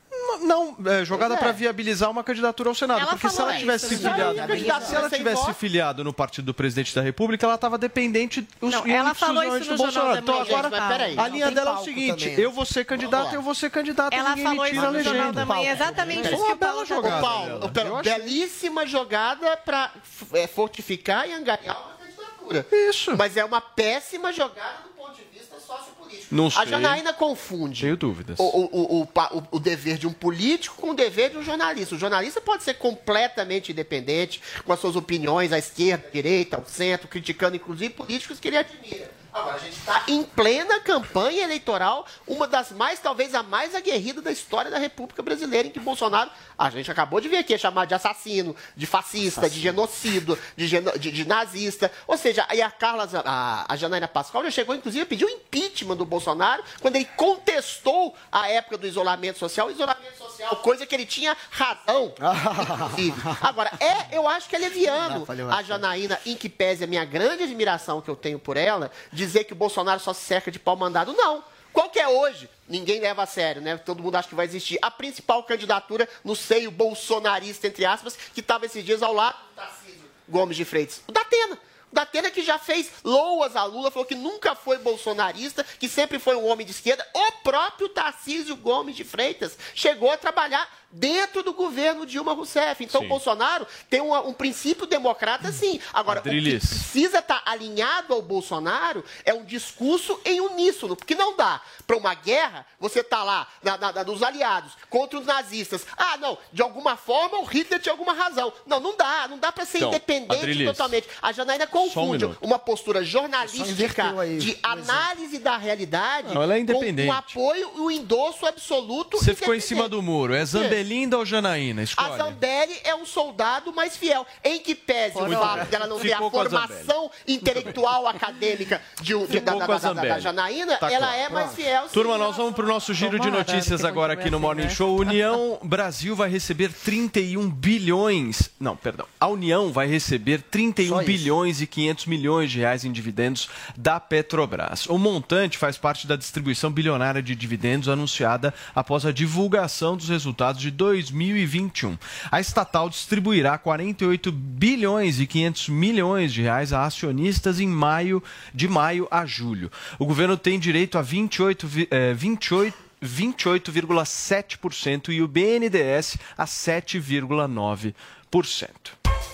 Não, é, jogada Pois é. para viabilizar uma candidatura ao Senado. Ela porque se falou ela tivesse isso, se né? filiado, Ela ia se ela sem tivesse voto. filiado no partido do presidente da República, ela estava dependente dos Não, ela falou isso no do Jornal Bolsonaro. da Então Manhã, agora, gente, mas peraí, a não, linha tem dela é o palco seguinte: também, né? eu vou ser candidato, eu vou ser candidato, Ela ninguém falou me isso tira a no Jornal legenda. da Manhã, exatamente Foi isso uma que o bela Paulo tá jogada. falando. Paulo, pera, belíssima jogada para é, fortificar e angariar uma candidatura. Isso. Mas é uma péssima jogada do ponto de vista sociopolítico. Não A sei. Janaína confunde Tenho dúvidas. o, o, o, pa- o- o dever de um político com o dever de um jornalista. O jornalista pode ser completamente independente, com as suas opiniões à esquerda, à direita, ao centro, criticando inclusive políticos que ele admira. Agora, a gente está em plena campanha eleitoral, uma das mais, talvez a mais aguerrida da história da República Brasileira, em que Bolsonaro, a gente acabou de ver aqui, é chamado de assassino, de fascista, de genocídio, de, geno- de- de nazista. Ou seja, aí a Carla, Zan- a, a Janaína Pascoal já chegou, inclusive, a pedir o impeachment do Bolsonaro, quando ele contestou a época do isolamento social, isolamento social, coisa que ele tinha razão, inclusive. Agora, é, eu acho que é leviano a Janaína, em que pese a minha grande admiração que eu tenho por ela, dizer que o Bolsonaro só se cerca de pau mandado. Não. Qual que é hoje? Ninguém leva a sério, né? Todo mundo acha que vai existir. A principal candidatura no seio bolsonarista, entre aspas, que estava esses dias ao lado do Tarcísio Gomes de Freitas. O Datena. O Datena que já fez loas a Lula, falou que nunca foi bolsonarista, que sempre foi um homem de esquerda. O próprio Tarcísio Gomes de Freitas chegou a trabalhar dentro do governo Dilma Rousseff. Então, Sim. Bolsonaro tem um, um princípio democrata, sim. Agora, Adriles. o que precisa estar alinhado ao Bolsonaro é um discurso em uníssono, porque não dá para uma guerra você tá lá na, na, na, dos aliados contra os nazistas. Ah, não, de alguma forma o Hitler tinha alguma razão. Não, não dá, não dá para ser Então, independente Adriles, totalmente. A Janaína só um confunde minuto. uma postura Só jornalística inverteu aí, de por análise da realidade Não, ela é com independente. um apoio e um endosso absoluto. Você ficou em independente. cima do muro. É Zambelinda ou Janaína? A Escolhe. Zambelli é um soldado mais fiel, em que pese o Muito fato bem. dela não ter a Ficou com a formação intelectual acadêmica de, um- de, da, Ficou da, com a da, da, da Zambelli. Janaína, Tá ela claro. é mais fiel. sim. Turma, nós vamos para o nosso giro de Tomara, notícias que agora aqui no Morning Show. União Brasil vai receber trinta e um bilhões. Não, perdão. A União vai receber trinta e um bilhões e quinhentos milhões de reais em dividendos da Petrobras. O montante faz parte da distribuição bilionária de dividendos anunciada após a divulgação dos resultados de dois mil e vinte e um. A estatal distribuirá quarenta e oito bilhões e quinhentos milhões de reais a acionistas em maio, de maio a julho. O governo tem direito a vinte e oito, eh, vinte e oito vinte e oito vírgula sete por cento e o B N D E S a sete vírgula nove por cento.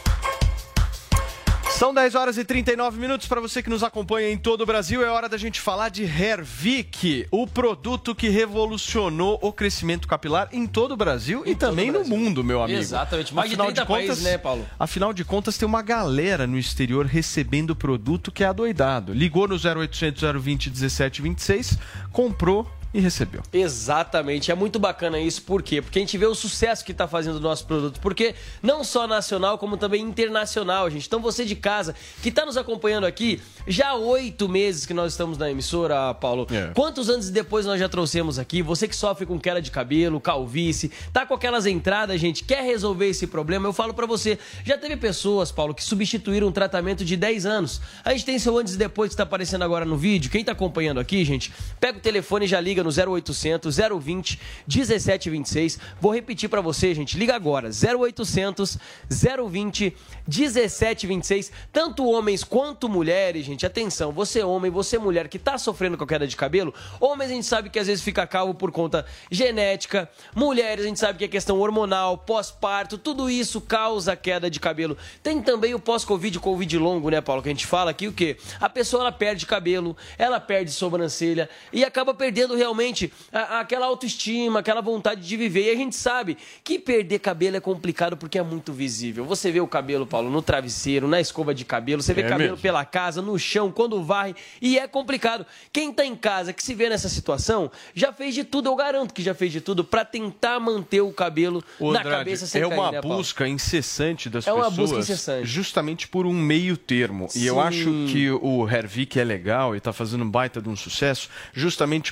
São dez horas e trinta e nove minutos para você que nos acompanha em todo o Brasil. É hora da gente falar de Hervik, o produto que revolucionou o crescimento capilar em todo o Brasil e também no mundo, meu amigo. Exatamente, mais de Afinal trinta países, né, Paulo? Afinal de contas, tem uma galera no exterior recebendo o produto que é adoidado. Ligou no zero oitocentos, zero vinte, dezessete vinte e seis, comprou e recebeu. Exatamente, é muito bacana isso, por quê? Porque a gente vê o sucesso que está fazendo o nosso produto, porque não só nacional, como também internacional, gente. Então você de casa, que está nos acompanhando aqui, já há oito meses que nós estamos na emissora, Paulo, É. quantos anos depois nós já trouxemos aqui? Você que sofre com queda de cabelo, calvície, tá com aquelas entradas, gente, quer resolver esse problema? Eu falo pra você, já teve pessoas, Paulo, que substituíram um tratamento de dez anos. A gente tem seu antes e depois que está aparecendo agora no vídeo. Quem tá acompanhando aqui, gente, pega o telefone e já liga no zero oitocentos, zero vinte, dezessete vinte e seis. Vou repetir pra você, gente, liga agora, zero oitocentos, zero vinte, dezessete vinte e seis. Tanto homens quanto mulheres, gente, atenção, você homem, você mulher que tá sofrendo com queda de cabelo, homens a gente sabe que às vezes fica calvo por conta genética, mulheres a gente sabe que é questão hormonal, pós-parto, tudo isso causa queda de cabelo. Tem também o pós-Covid, Covid longo, né, Paulo, que a gente fala aqui, o quê? A pessoa, ela perde cabelo, ela perde sobrancelha e acaba perdendo realmente a, aquela autoestima, aquela vontade de viver. E a gente sabe que perder cabelo é complicado porque é muito visível. Você vê o cabelo, Paulo, no travesseiro, na escova de cabelo, você vê É cabelo mesmo. pela casa, no chão, quando varre, e é complicado. Quem tá em casa, que se vê nessa situação, já fez de tudo, eu garanto que já fez de tudo pra tentar manter o cabelo Ô, na Andrade, cabeça sem é cair, uma né, Paulo? busca incessante das É uma pessoas, busca incessante. justamente por um meio termo. E eu Sim. acho que o Hervik é legal e está fazendo um baita de um sucesso, justamente por ele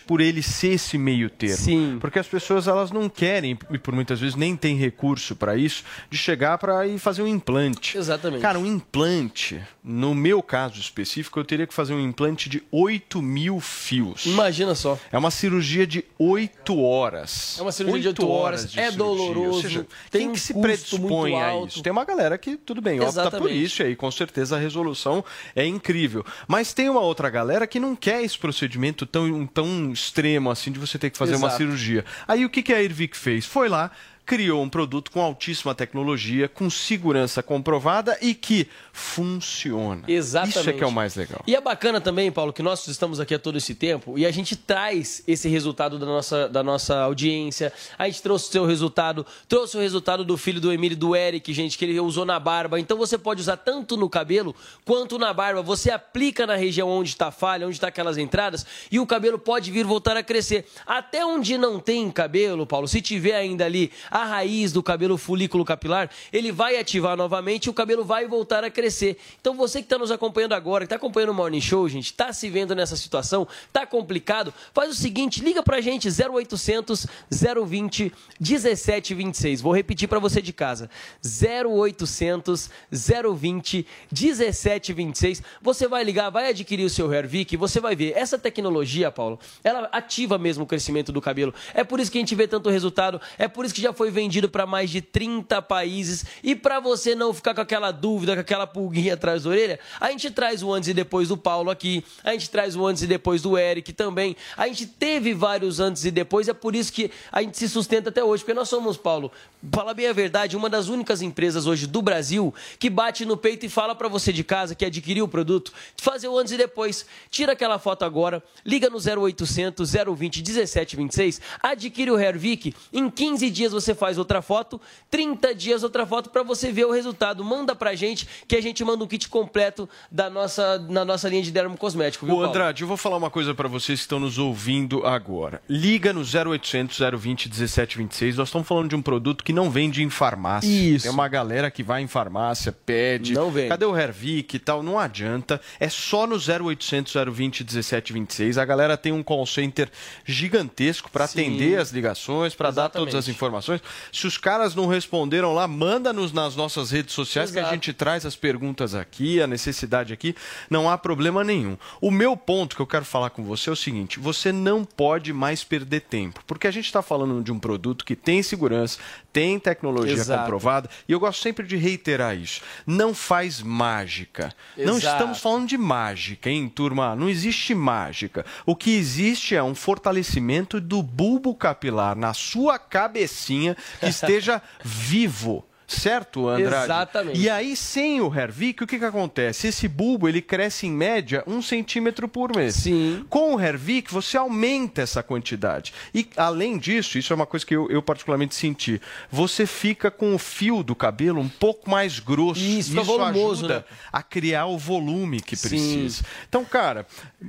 ser esse meio termo. Sim. Porque as pessoas elas não querem, e por muitas vezes nem tem recurso para isso, de chegar para ir fazer um implante. Exatamente. Cara, um implante, no meu caso específico, eu teria que fazer um implante de oito mil fios. Imagina só. É uma cirurgia de oito horas. É uma cirurgia de oito horas, de é cirurgia. doloroso, Ou seja, tem quem um que se custo predispõe muito a alto. isso? Tem uma galera que, tudo bem, opta por Exatamente. isso, e aí com certeza a resolução é incrível. Mas tem uma outra galera que não quer esse procedimento tão, tão extremo assim de você ter que fazer uma Exato. cirurgia. Aí o que, que a Airvic fez? Foi lá, criou um produto com altíssima tecnologia, com segurança comprovada e que funciona. Exatamente. Isso é que é o mais legal. E é bacana também, Paulo, que nós estamos aqui há todo esse tempo e a gente traz esse resultado da nossa, da nossa audiência. A gente trouxe o seu resultado, trouxe o resultado do filho do Emílio, do Eric, gente, que ele usou na barba. Então você pode usar tanto no cabelo quanto na barba. Você aplica na região onde está a falha, onde está aquelas entradas e o cabelo pode vir voltar a crescer. Até onde não tem cabelo, Paulo, se tiver ainda ali a raiz do cabelo, o folículo capilar, ele vai ativar novamente e o cabelo vai voltar a crescer. Então você que está nos acompanhando agora, que está acompanhando o Morning Show, gente, está se vendo nessa situação, está complicado, faz o seguinte, liga pra gente, zero oitocentos, zero vinte, dezessete vinte e seis. Vou repetir para você de casa, zero oitocentos, zero vinte, dezessete vinte e seis. Você vai ligar, vai adquirir o seu Hairvic e você vai ver, essa tecnologia, Paulo, ela ativa mesmo o crescimento do cabelo. É por isso que a gente vê tanto resultado, é por isso que já foi vendido para mais de trinta países e para você não ficar com aquela dúvida, com aquela pulguinha atrás da orelha, a gente traz o antes e depois do Paulo aqui, a gente traz o antes e depois do Eric também, a gente teve vários antes e depois, é por isso que a gente se sustenta até hoje, porque nós somos, Paulo, fala bem a verdade, uma das únicas empresas hoje do Brasil que bate no peito e fala para você de casa que adquiriu o produto, fazer o antes e depois, tira aquela foto agora, liga no zero oitocentos, zero vinte, dezessete vinte e seis, adquire o Hairvic, em quinze dias você faz outra foto, trinta dias outra foto para você ver o resultado, manda pra gente que a gente manda um kit completo da nossa, na nossa linha de dermocosmético, viu, Ô, Paulo? Andrade, eu vou falar uma coisa para vocês que estão nos ouvindo agora. Liga no zero oitocentos, zero vinte, dezessete vinte e seis. Nós estamos falando de um produto que não vende em farmácia. Isso. Tem uma galera que vai em farmácia, pede. Não vende. Cadê o Hairvic e tal? Não adianta. É só no zero oitocentos, zero vinte, dezessete vinte e seis. A galera tem um call center gigantesco para atender as ligações, para dar todas as informações. Se os caras não responderam lá, manda-nos nas nossas redes sociais. Exato. Que a gente traz as perguntas aqui, a necessidade aqui, não há problema nenhum. O meu ponto que eu quero falar com você é o seguinte, você não pode mais perder tempo, porque a gente está falando de um produto que tem segurança, tem tecnologia Exato. comprovada, e eu gosto sempre de reiterar isso, não faz mágica. Não Exato. estamos falando de mágica, hein, turma? Não existe mágica. O que existe é um fortalecimento do bulbo capilar na sua cabecinha que esteja vivo. Certo, Andrade? Exatamente. E aí, sem o Hairvic, o que, que acontece? Esse bulbo, ele cresce em média um centímetro por mês. Sim. Com o Hairvic, você aumenta essa quantidade. E, além disso, isso é uma coisa que eu, eu particularmente senti, você fica com o fio do cabelo um pouco mais grosso. Isso, fica isso volumoso, ajuda né? a criar o volume que Sim. precisa. Então, cara...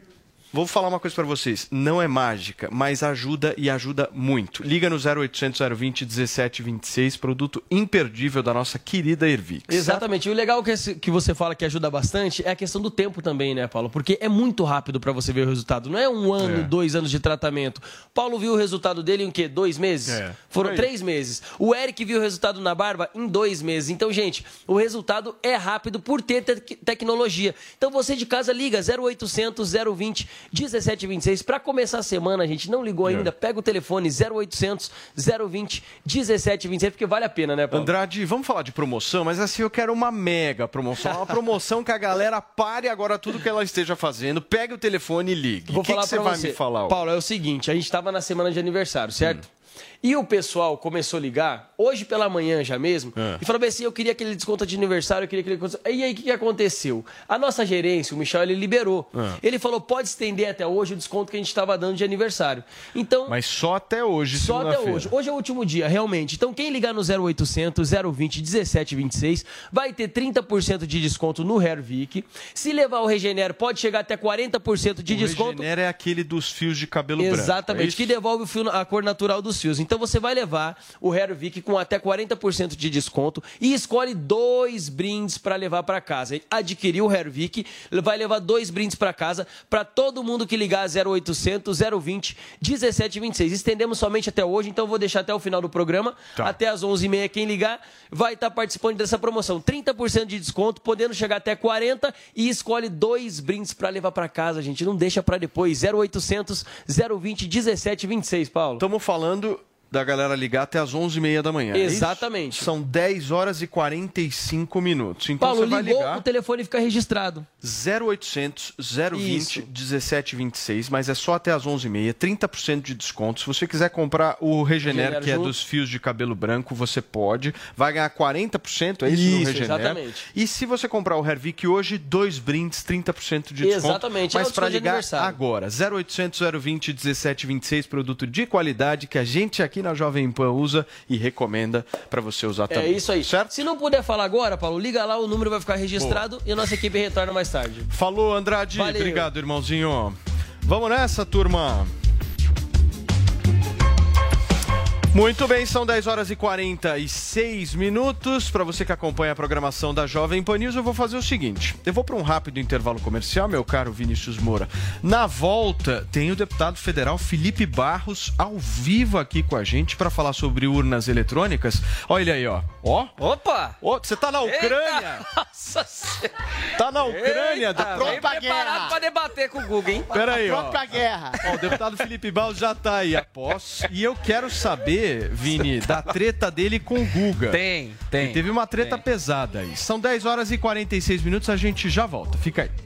Vou falar uma coisa para vocês, não é mágica, mas ajuda e ajuda muito. Liga no zero oitocentos, zero vinte, dezessete vinte e seis, produto imperdível da nossa querida Airvic. Exatamente. E o legal que, esse, que você fala que ajuda bastante é a questão do tempo também, né, Paulo? Porque é muito rápido para você ver o resultado. Não é um ano, É. dois anos de tratamento. Paulo viu o resultado dele em o quê? Dois meses? É. Foram Por aí. três meses. O Eric viu o resultado na barba em dois meses. Então, gente, o resultado é rápido por ter te- tecnologia. Então, você de casa liga zero oitocentos, zero vinte, dezessete vinte e seis. Para começar a semana, a gente não ligou ainda, pega o telefone zero oitocentos, zero vinte, dezessete vinte e seis, porque vale a pena, né, Paulo? Andrade, vamos falar de promoção, mas assim eu quero uma mega promoção. Uma promoção que a galera pare agora tudo que ela esteja fazendo, pegue o telefone e ligue. Vou O que, falar que você pra vai você. me falar? Ó? Paulo, é o seguinte, a gente estava na semana de aniversário, certo? E o pessoal começou a ligar, hoje pela manhã já mesmo, É. e falou assim, eu queria aquele desconto de aniversário, eu queria aquele desconto... E aí, o que, que aconteceu? A nossa gerência, o Michel, ele liberou. É. Ele falou, pode estender até hoje o desconto que a gente estava dando de aniversário. Então... Mas só até hoje, Só até segunda-feira. hoje. Hoje é o último dia, realmente. Então, quem ligar no zero oitocentos, zero vinte, dezessete vinte e seis vai ter trinta por cento de desconto no Hairvic. Se levar o Regenera, pode chegar até quarenta por cento de o desconto. Regenera é aquele dos fios de cabelo branco. Exatamente, é isso? que devolve o fio, a cor natural dos fios. Então você vai levar o Hervik com até quarenta por cento de desconto e escolhe dois brindes para levar para casa. Adquiriu o Hervik, vai levar dois brindes para casa para todo mundo que ligar zero oitocentos, zero vinte, dezessete vinte e seis. Estendemos somente até hoje, então vou deixar até o final do programa. Tá. Até às onze e meia, quem ligar vai estar participando dessa promoção. trinta por cento de desconto, podendo chegar até quarenta por cento e escolhe dois brindes para levar para casa, gente. Não deixa para depois. zero oitocentos, zero vinte, dezessete vinte e seis, Paulo. Estamos falando da galera ligar até às onze e meia da manhã. Exatamente. É São dez horas e quarenta e cinco minutos. Então Paulo, você vai ligou, ligar... o telefone fica registrado. zero oitocentos, zero vinte, dezessete vinte e seis, mas é só até às onze e meia, trinta por cento de desconto. Se você quiser comprar o Regener, Regener que junto. é dos fios de cabelo branco, você pode. Vai ganhar quarenta por cento, é isso, isso no Regener. Exatamente. E se você comprar o Hervik hoje, dois brindes, trinta por cento de desconto. Exatamente. Mas é para ligar agora, zero oitocentos, zero vinte, dezessete vinte e seis, produto de qualidade que a gente aqui na Jovem Pan usa e recomenda para você usar também. É isso aí. Certo? Se não puder falar agora, Paulo, liga lá, o número vai ficar registrado. Boa. E a nossa equipe retorna mais tarde. Falou, Andrade. Valeu. Obrigado, irmãozinho. Vamos nessa, turma. Muito bem, são dez horas e quarenta e seis minutos. Para você que acompanha a programação da Jovem Pan News, eu vou fazer o seguinte. Eu vou para um rápido intervalo comercial, meu caro Vinícius Moura. Na volta, tem o deputado federal Felipe Barros ao vivo aqui com a gente para falar sobre urnas eletrônicas. Olha ele aí, ó. Ó. Opa! Ó, você tá na Ucrânia? Eita. Nossa senhora. Tá na Ucrânia? Eita, da... Pronto pra preparado para debater com o Google, hein? Pera aí, ó. Pronto pra guerra. Ó, o deputado Felipe Barros já tá aí após. E eu quero saber, Vini, da treta dele com o Guga. Tem, tem. E teve uma treta tem. pesada aí. São dez horas e quarenta e seis minutos, a gente já volta. Fica aí.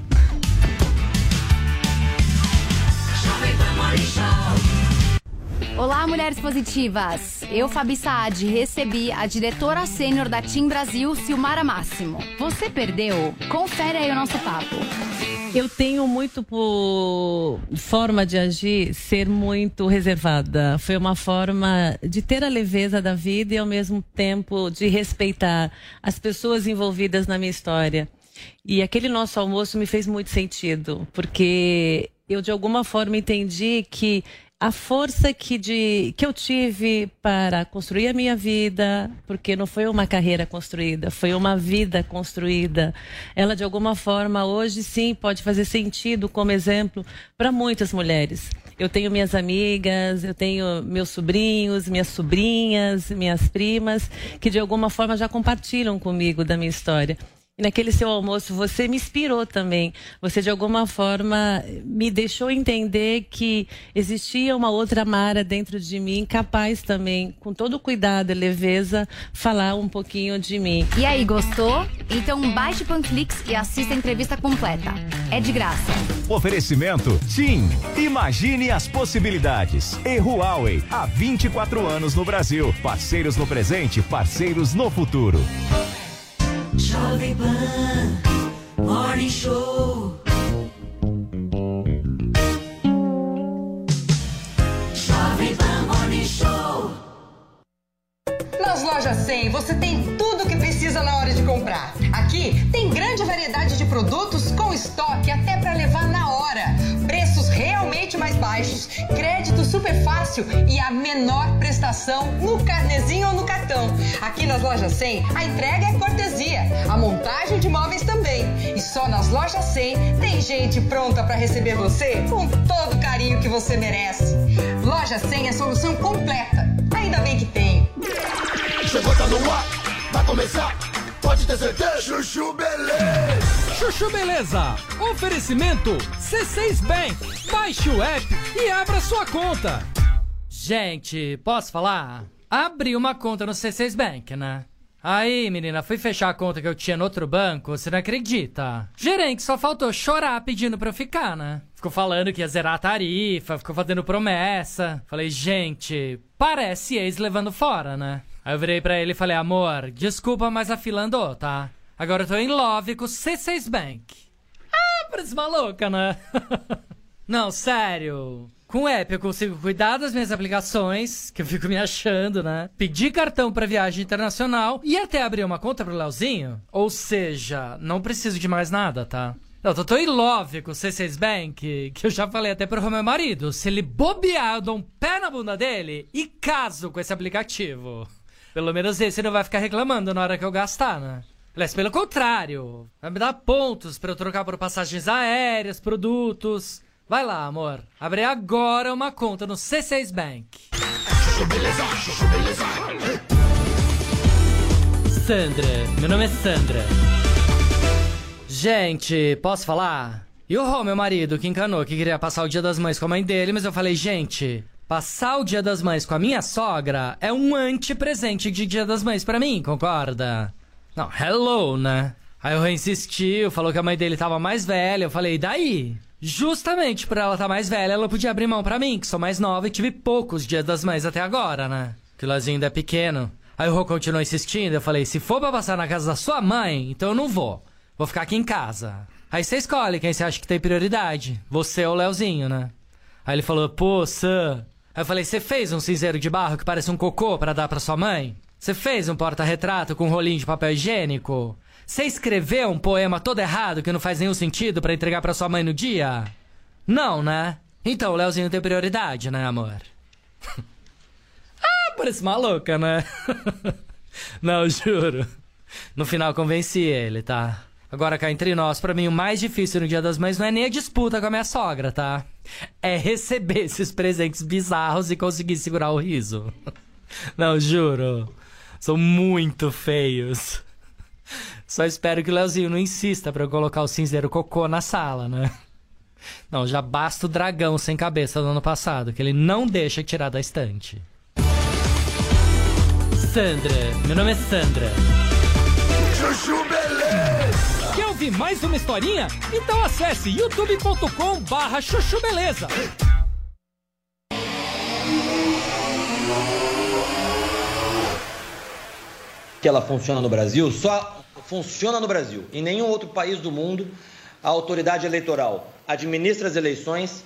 Olá, mulheres positivas. Eu, Fabi Saad, recebi a diretora sênior da Team Brasil, Silmara Máximo. Você perdeu? Confere aí o nosso papo. Eu tenho muito por forma de agir ser muito reservada. Foi uma forma de ter a leveza da vida e ao mesmo tempo de respeitar as pessoas envolvidas na minha história. E aquele nosso almoço me fez muito sentido, porque eu de alguma forma entendi que a força que, de, que eu tive para construir a minha vida, porque não foi uma carreira construída, foi uma vida construída. Ela, de alguma forma, hoje sim pode fazer sentido como exemplo para muitas mulheres. Eu tenho minhas amigas, eu tenho meus sobrinhos, minhas sobrinhas, minhas primas, que de alguma forma já compartilham comigo da minha história. E naquele seu almoço você me inspirou também. Você de alguma forma me deixou entender que existia uma outra Mara dentro de mim, capaz também, com todo cuidado e leveza, falar um pouquinho de mim. E aí, gostou? Então baixe o Panflix e assista a entrevista completa. É de graça. Oferecimento TIM. Imagine as possibilidades. E Huawei, há vinte e quatro anos no Brasil. Parceiros no presente, parceiros no futuro. Jovem Pan Morning Show. Jovem Pan Morning Show. Nas Lojas cem você tem tudo o que precisa na hora de comprar. Aqui tem grande variedade de produtos com estoque até para levar na hora. Preços realmente mais baixos, crédito super fácil e a menor prestação no carnezinho ou no cartão. Aqui nas Lojas cem, a entrega é cortesia, a montagem de móveis também. E só nas Lojas cem tem gente pronta para receber você com todo o carinho que você merece. Loja cem é solução completa. Ainda bem que tem. Chegou, tá no ar, vai começar, pode ter certeza. Chuchu Beleza. Chuchu Beleza. Oferecimento C seis Bank. Baixe o app e abra sua conta. Gente, posso falar? Abri uma conta no C seis Bank, né? Aí, menina, fui fechar a conta que eu tinha no outro banco, você não acredita? Gerente só faltou chorar pedindo pra eu ficar, né? Ficou falando que ia zerar a tarifa, ficou fazendo promessa. Falei, gente, parece ex levando fora, né? Aí eu virei pra ele e falei, amor, desculpa, mas a fila andou, tá? Agora eu tô em love com o C seis Bank. Ah, parece maluca, né? Não, sério. Com o app eu consigo cuidar das minhas aplicações, que eu fico me achando, né? Pedir cartão pra viagem internacional e até abrir uma conta pro Leozinho. Ou seja, não preciso de mais nada, tá? Não, tô tão in love com o C seis Bank que eu já falei até pro meu marido. Se ele bobear, eu dou um pé na bunda dele e caso com esse aplicativo. Pelo menos esse não vai ficar reclamando na hora que eu gastar, né? Aliás, pelo contrário, vai me dar pontos pra eu trocar por passagens aéreas, produtos. Vai lá, amor. Abre agora uma conta no C seis Bank. Sandra, meu nome é Sandra. Gente, posso falar? E o Rô, meu marido, que encanou, que queria passar o Dia das Mães com a mãe dele, mas eu falei, gente, passar o Dia das Mães com a minha sogra é um anti-presente de Dia das Mães pra mim, concorda? Não, hello, né? Aí o Rô insistiu, falou que a mãe dele tava mais velha, eu falei, e daí? Justamente por ela estar mais velha, ela podia abrir mão pra mim, que sou mais nova e tive poucos Dias das Mães até agora, né? Que o Lazinho ainda é pequeno. Aí o Rô continuou insistindo, eu falei, se for pra passar na casa da sua mãe, então eu não vou. Vou ficar aqui em casa. Aí você escolhe quem você acha que tem prioridade. Você ou o Leozinho, né? Aí ele falou, pô, Sam. Aí eu falei, você fez um cinzeiro de barro que parece um cocô pra dar pra sua mãe? Você fez um porta-retrato com um rolinho de papel higiênico? Você escreveu um poema todo errado que não faz nenhum sentido pra entregar pra sua mãe no dia? Não, né? Então o Leozinho tem prioridade, né, amor? Ah, parece maluca, né? Não, juro. No final convenci ele, tá? Agora cá entre nós, pra mim o mais difícil no Dia das Mães não é nem a disputa com a minha sogra, tá? É receber esses presentes bizarros e conseguir segurar o riso. Não, juro. São muito feios. Só espero que o Leozinho não insista pra eu colocar o cinzeiro cocô na sala, né? Não, já basta o dragão sem cabeça do ano passado, que ele não deixa tirar da estante. Sandra, meu nome é Sandra. Chuchu Beleza! Quer ouvir mais uma historinha? Então acesse youtube ponto com barra chuchu beleza. Que ela funciona no Brasil, só funciona no Brasil. Em nenhum outro país do mundo a autoridade eleitoral administra as eleições,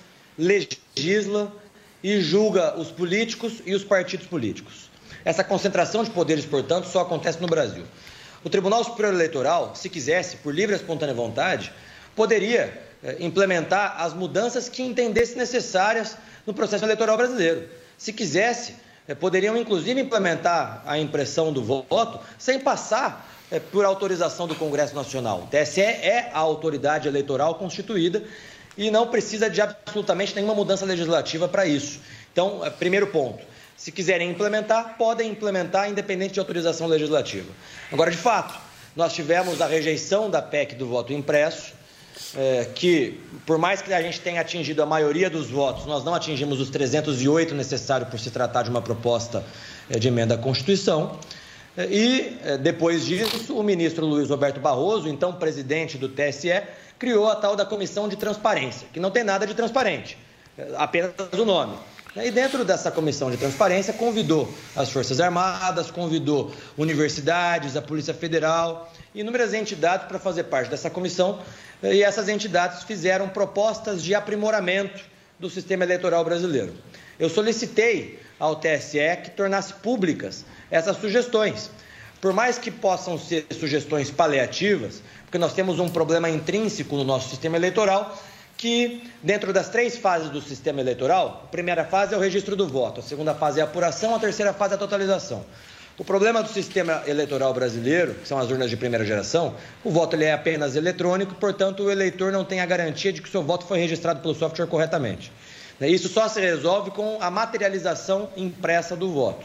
legisla e julga os políticos e os partidos políticos. Essa concentração de poderes, portanto, só acontece no Brasil. O Tribunal Superior Eleitoral, se quisesse, por livre e espontânea vontade, poderia eh, implementar as mudanças que entendesse necessárias no processo eleitoral brasileiro. Se quisesse, eh, poderiam inclusive implementar a impressão do voto sem passar eh, por autorização do Congresso Nacional. O T S E é a autoridade eleitoral constituída e não precisa de absolutamente nenhuma mudança legislativa para isso. Então, eh, primeiro ponto. Se quiserem implementar, podem implementar independente de autorização legislativa. Agora, de fato, nós tivemos a rejeição da P E C do voto impresso, é, que, por mais que a gente tenha atingido a maioria dos votos, nós não atingimos os trezentos e oito necessários por se tratar de uma proposta é, de emenda à Constituição. É, e, é, depois disso, o ministro Luiz Roberto Barroso, então presidente do T S E, criou a tal da Comissão de Transparência, que não tem nada de transparente, é, apenas o nome. E dentro dessa comissão de transparência convidou as Forças Armadas, convidou universidades, a Polícia Federal e inúmeras entidades para fazer parte dessa comissão. E essas entidades fizeram propostas de aprimoramento do sistema eleitoral brasileiro. Eu solicitei ao T S E que tornasse públicas essas sugestões. Por mais que possam ser sugestões paliativas, porque nós temos um problema intrínseco no nosso sistema eleitoral, que dentro das três fases do sistema eleitoral, a primeira fase é o registro do voto, a segunda fase é a apuração, a terceira fase é a totalização. O problema do sistema eleitoral brasileiro, que são as urnas de primeira geração, o voto ele é apenas eletrônico, portanto o eleitor não tem a garantia de que o seu voto foi registrado pelo software corretamente. Isso só se resolve com a materialização impressa do voto.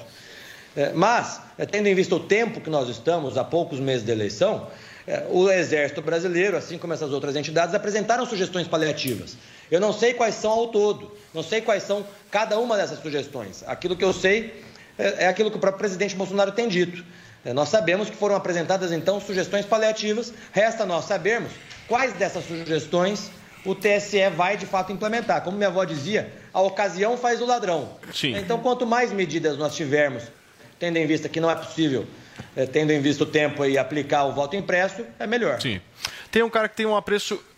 Mas, tendo em vista o tempo que nós estamos, há poucos meses de eleição, o Exército Brasileiro, assim como essas outras entidades, apresentaram sugestões paliativas. Eu não sei quais são ao todo, não sei quais são cada uma dessas sugestões. Aquilo que eu sei é aquilo que o próprio presidente Bolsonaro tem dito. Nós sabemos que foram apresentadas, então, sugestões paliativas. Resta nós sabermos quais dessas sugestões o T S E vai, de fato, implementar. Como minha avó dizia, a ocasião faz o ladrão. Sim. Então, quanto mais medidas nós tivermos, tendo em vista que não é possível, é, tendo em vista o tempo e aplicar o voto impresso, é melhor. Sim. Tem um cara que tem um apreço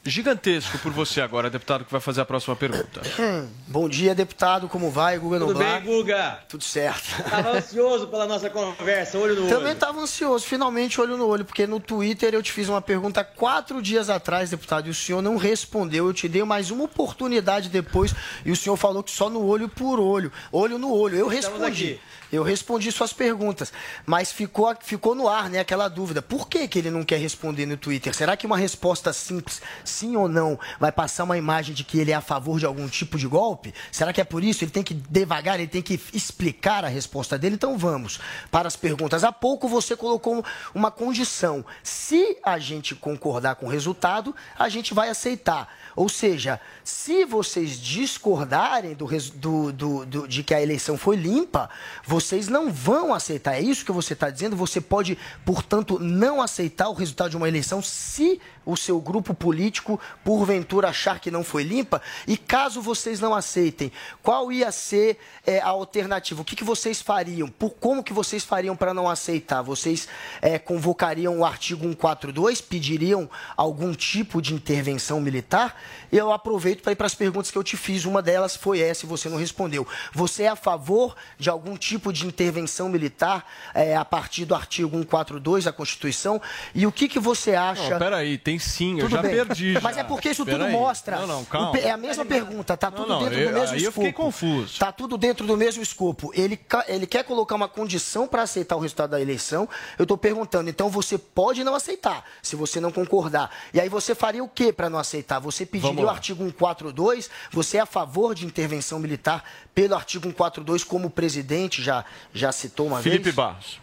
gigantesco por você agora, deputado, que vai fazer a próxima pergunta. Hum, bom dia, deputado. Como vai, Guga Tudo Noblar? bem, Guga? Tudo certo. Estava ansioso pela nossa conversa, olho no olho. Também estava ansioso, finalmente olho no olho, porque no Twitter eu te fiz uma pergunta quatro dias atrás, deputado, e o senhor não respondeu. Eu te dei mais uma oportunidade depois e o senhor falou que só no olho por olho. Olho no olho. Eu Estamos respondi. aqui. Eu respondi suas perguntas, mas ficou, ficou no ar, né, aquela dúvida. Por que, que ele não quer responder no Twitter? Será que uma resposta simples, sim ou não, vai passar uma imagem de que ele é a favor de algum tipo de golpe? Será que é por isso? Ele tem que devagar, ele tem que explicar a resposta dele? Então vamos para as perguntas. Há pouco você colocou uma condição. Se a gente concordar com o resultado, a gente vai aceitar. Ou seja, se vocês discordarem do, do, do, do, de que a eleição foi limpa, vocês não vão aceitar. É isso que você está dizendo? Você pode, portanto, não aceitar o resultado de uma eleição se o seu grupo político, porventura, achar que não foi limpa? E caso vocês não aceitem, qual ia ser é, a alternativa? O que, que vocês fariam? Por, como que vocês fariam para não aceitar? Vocês é, convocariam o artigo cento e quarenta e dois? Pediriam algum tipo de intervenção militar? Eu aproveito para ir para as perguntas que eu te fiz. Uma delas foi essa e você não respondeu. Você é a favor de algum tipo de intervenção militar é, a partir do artigo cento e quarenta e dois da Constituição? E o que, que você acha... Não, peraí, tem sim, eu tudo já bem. perdi. Já. Mas é porque isso Pera tudo aí. mostra. Não, não, calma. É a mesma pergunta, tá tudo não, não, dentro eu, do mesmo aí eu escopo. fiquei confuso. Tá tudo dentro do mesmo escopo. Ele, ele quer colocar uma condição para aceitar o resultado da eleição. Eu estou perguntando, então você pode não aceitar, se você não concordar. E aí você faria o que para não aceitar? Você pediria o artigo cento e quarenta e dois? Você é a favor de intervenção militar pelo artigo cento e quarenta e dois, como o presidente já, já citou uma Felipe vez? Felipe Barros.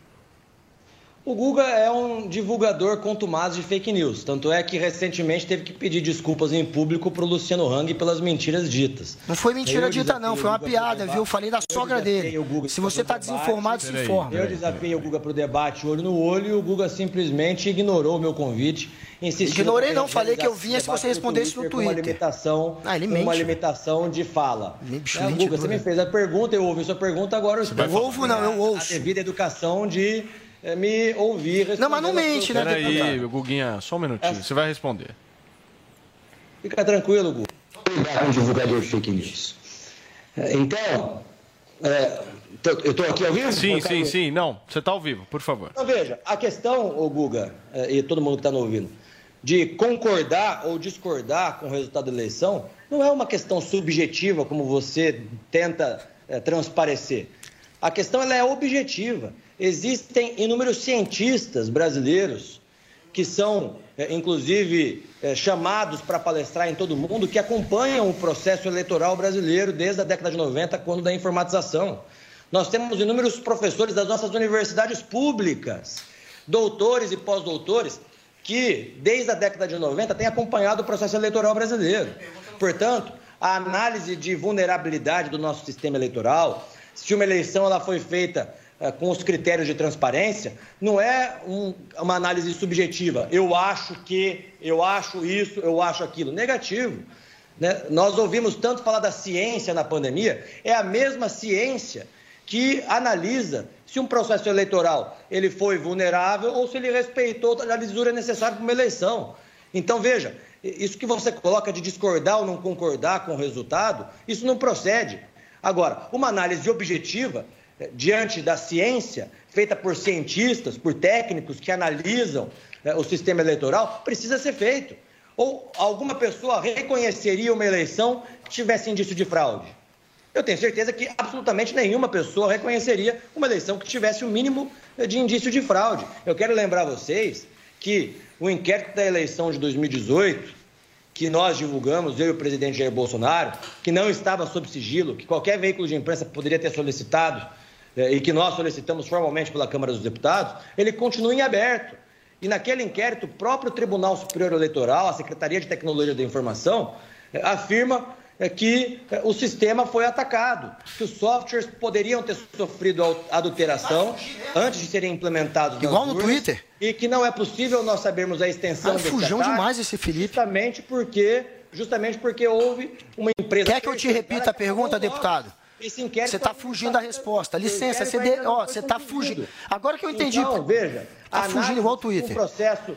O Guga é um divulgador contumaz de fake news. Tanto é que recentemente teve que pedir desculpas em público para o Luciano Hang pelas mentiras ditas. Não foi mentira dita, não. Foi uma piada, viu? Eu falei da sogra dele. Se você está desinformado, se informa. Eu desafiei o Guga para o debate olho no olho e o Guga simplesmente ignorou o meu convite. Ignorei não, falei que eu vinha se você respondesse no Twitter. Uma limitação, ah, ele mente. Uma limitação de fala. Mente, é, Guga, você me fez a pergunta, eu ouvi sua pergunta, agora eu espero. Eu ouvo não, eu ouço. A devida educação de... É me ouvir. Não, mas não mente, né, deputado? Peraí, Guguinha, só um minutinho. É. Você vai responder. Fica tranquilo, Guga. Um divulgador de fake news. Então, é, eu estou aqui ao vivo? Sim, sim, sim. Não, você está ao vivo, por favor. Então, veja, a questão, ô Guga, e todo mundo que está nos ouvindo, de concordar ou discordar com o resultado da eleição, não é uma questão subjetiva, como você tenta é, transparecer. A questão ela é objetiva. Existem inúmeros cientistas brasileiros que são, é, inclusive, é, chamados para palestrar em todo o mundo, que acompanham o processo eleitoral brasileiro desde a década de noventa, quando da informatização. Nós temos inúmeros professores das nossas universidades públicas, doutores e pós-doutores, que desde a década de noventa têm acompanhado o processo eleitoral brasileiro. Portanto, a análise de vulnerabilidade do nosso sistema eleitoral, se uma eleição ela foi feita com os critérios de transparência, não é um, uma análise subjetiva. Eu acho que, eu acho isso, eu acho aquilo. Negativo. Né? Nós ouvimos tanto falar da ciência na pandemia, é a mesma ciência que analisa se um processo eleitoral ele foi vulnerável ou se ele respeitou a lisura necessária para uma eleição. Então, veja, isso que você coloca de discordar ou não concordar com o resultado, isso não procede. Agora, uma análise objetiva diante da ciência, feita por cientistas, por técnicos que analisam né, o sistema eleitoral, precisa ser feito. Ou alguma pessoa reconheceria uma eleição que tivesse indício de fraude? Eu tenho certeza que absolutamente nenhuma pessoa reconheceria uma eleição que tivesse o mínimo de indício de fraude. Eu quero lembrar a vocês que o inquérito da eleição de dois mil e dezoito, que nós divulgamos, eu e o presidente Jair Bolsonaro, que não estava sob sigilo, que qualquer veículo de imprensa poderia ter solicitado, e que nós solicitamos formalmente pela Câmara dos Deputados, ele continua em aberto. E naquele inquérito, o próprio Tribunal Superior Eleitoral, a Secretaria de Tecnologia da Informação, afirma que o sistema foi atacado, que os softwares poderiam ter sofrido adulteração antes de serem implementados nas Igual no urnas, Twitter. E que não é possível nós sabermos a extensão ah, desse fujão ataque, demais esse Felipe. Justamente porque, justamente porque houve uma empresa... Quer que eu te repita a pergunta, deputado? Você está fugindo da resposta. Licença, você está fugindo. Agora que eu entendi. Então, veja, está fugindo igual o Twitter. Um processo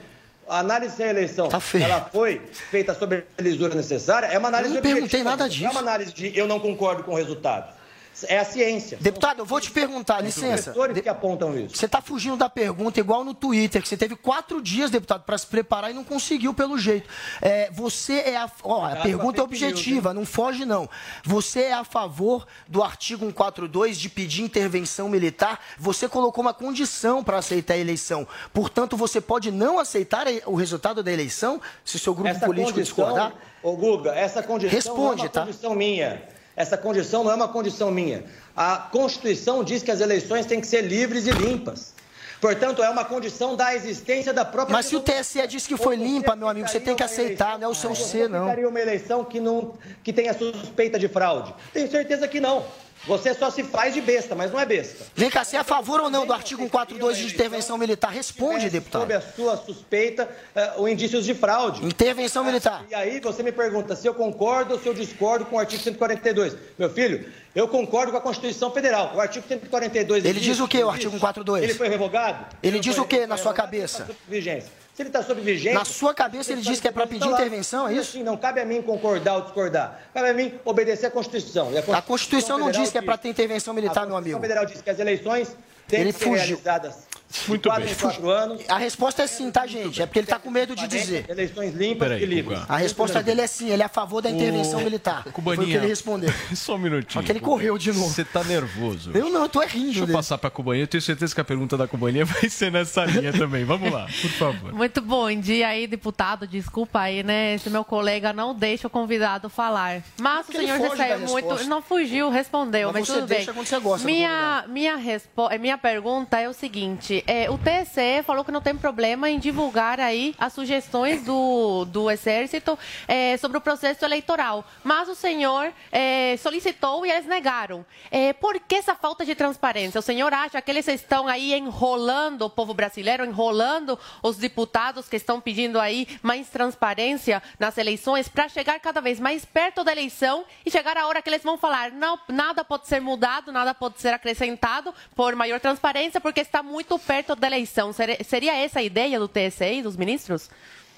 a análise da eleição, tá ela foi feita sob a lisura necessária, é uma análise eu não perguntei nada disso. Não é uma análise de eu não concordo com o resultado. É a ciência. Deputado, eu vou te perguntar, licença. Professores que apontam isso. Você está fugindo da pergunta, igual no Twitter, que você teve quatro dias, deputado, para se preparar e não conseguiu pelo jeito. É, você é a... Ó, a pergunta é objetiva, não foge não. Você é a favor do artigo cento e quarenta e dois de pedir intervenção militar? Você colocou uma condição para aceitar a eleição. Portanto, você pode não aceitar o resultado da eleição, se o seu grupo essa político condição, discordar? Ô, Guga, essa condição Responde, não é uma tá? condição minha. Essa condição não é uma condição minha. A Constituição diz que as eleições têm que ser livres e limpas. Portanto, é uma condição da existência da própria... Mas se o T S E diz que foi limpa, meu amigo, você tem que aceitar, não é o seu C, não. Você uma eleição que, não, que tenha suspeita de fraude? Tenho certeza que não. Você só se faz de besta, mas não é besta. Vem cá, você é a favor ou não do artigo cento e quarenta e dois de intervenção militar? Responde, deputado. Sob a sua suspeita, uh, o indícios de fraude. Intervenção militar. E aí você me pergunta se eu concordo ou se eu discordo com o artigo cento e quarenta e dois. Meu filho, eu concordo com a Constituição Federal. O artigo cento e quarenta e dois... Ele diz o que, o artigo cento e quarenta e dois? Ele foi revogado? Ele diz o que na sua cabeça? Vigência. Se ele está sob vigência... Na sua cabeça ele diz que é para pedir intervenção, é isso? Sim, não cabe a mim concordar ou discordar. Cabe a mim obedecer à Constituição. E a Constituição, a Constituição não diz que é para ter intervenção militar, meu amigo. A Constituição Federal diz que as eleições têm ele que ser fugiu. realizadas Muito quatro bem. em quatro anos. A resposta é sim, tá, gente? É porque ele está com medo de dizer. Eleições limpas Peraí, e livres. A resposta dele é sim, ele é a favor da intervenção o... militar. Cubaninha, Foi o que ele respondeu. Só um minutinho. Só que ele correu de novo. Você tá nervoso. Eu não, eu tô rindo. Deixa eu dele. passar pra Cubaninha. Eu tenho certeza que a pergunta da Cubaninha vai ser nessa linha também. Vamos lá, por favor. Muito bom dia aí, deputado. Desculpa aí, né? Esse meu colega não deixa o convidado falar. Mas Porque o senhor ele já foge da saiu muito. resposta. não Não fugiu, respondeu, Mas mas, você tudo bem. deixa quando você gosta do Minha, minha, respo... eh, minha pergunta é o seguinte: é, o T S E falou que não tem problema em divulgar aí as sugestões do, do Exército é, sobre o processo eleitoral. Mas o senhor é, solicitou e eles negaram. É, por que essa falta de transparência? O senhor acha que eles estão aí enrolando o povo brasileiro, enrolando os deputados que estão pedindo aí mais transparência nas eleições para chegar cada vez mais perto da eleição e chegar a hora que eles vão falar não, nada pode ser mudado, nada pode ser acrescentado por maior transparência porque está muito perto da eleição. Seria essa a ideia do T S E e dos ministros?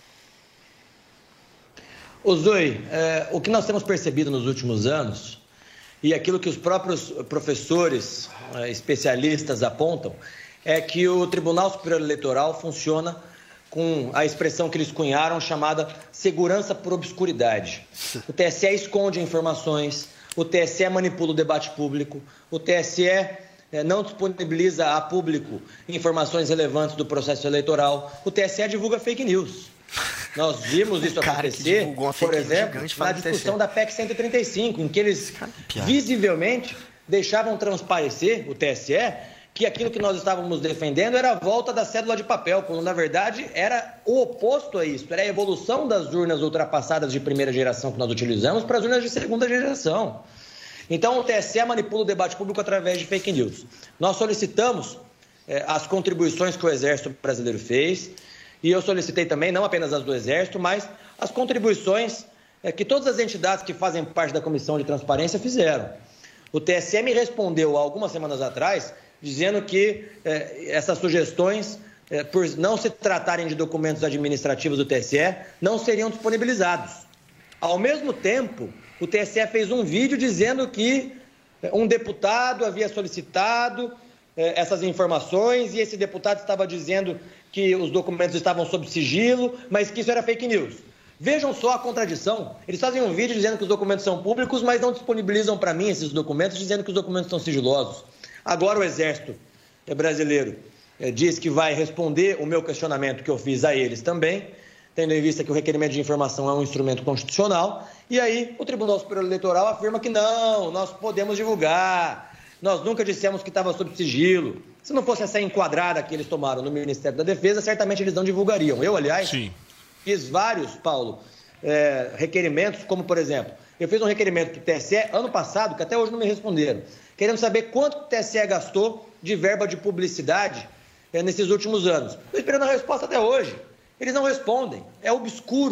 Ô Zoe, é, o que nós temos percebido nos últimos anos e aquilo que os próprios professores, é, especialistas apontam é que o Tribunal Superior Eleitoral funciona com a expressão que eles cunharam chamada segurança por obscuridade. O T S E esconde informações, o T S E manipula o debate público, o T S E é, não disponibiliza a público informações relevantes do processo eleitoral, o T S E divulga fake news. Nós vimos isso acontecer, por exemplo, na discussão da P E C cento e trinta e cinco, em que eles visivelmente deixavam transparecer, o T S E, que aquilo que nós estávamos defendendo era a volta da cédula de papel, quando na verdade era o oposto a isso, era a evolução das urnas ultrapassadas de primeira geração que nós utilizamos para as urnas de segunda geração. Então o T S E manipula o debate público através de fake news. Nós solicitamos eh, as contribuições que o Exército Brasileiro fez, e eu solicitei também, não apenas as do Exército, mas as contribuições eh, que todas as entidades que fazem parte da Comissão de Transparência fizeram. O T S E me respondeu há algumas semanas atrás dizendo que eh, essas sugestões, eh, por não se tratarem de documentos administrativos do T S E, não seriam disponibilizados. Ao mesmo tempo, o T S E fez um vídeo dizendo que eh, um deputado havia solicitado eh, essas informações e esse deputado estava dizendo que os documentos estavam sob sigilo, mas que isso era fake news. Vejam só a contradição. Eles fazem um vídeo dizendo que os documentos são públicos, mas não disponibilizam para mim esses documentos, dizendo que os documentos são sigilosos. Agora o Exército Brasileiro eh, diz que vai responder o meu questionamento que eu fiz a eles também, tendo em vista que o requerimento de informação é um instrumento constitucional, e aí o Tribunal Superior Eleitoral afirma que não, nós podemos divulgar, nós nunca dissemos que estava sob sigilo. Se não fosse essa enquadrada que eles tomaram no Ministério da Defesa, certamente eles não divulgariam. Eu, aliás, Sim. fiz vários, Paulo, é, requerimentos, como por exemplo, eu fiz um requerimento para o T S E ano passado, que até hoje não me responderam, querendo saber quanto o T S E gastou de verba de publicidade é, nesses últimos anos. Estou esperando a resposta até hoje. Eles não respondem, é obscuro.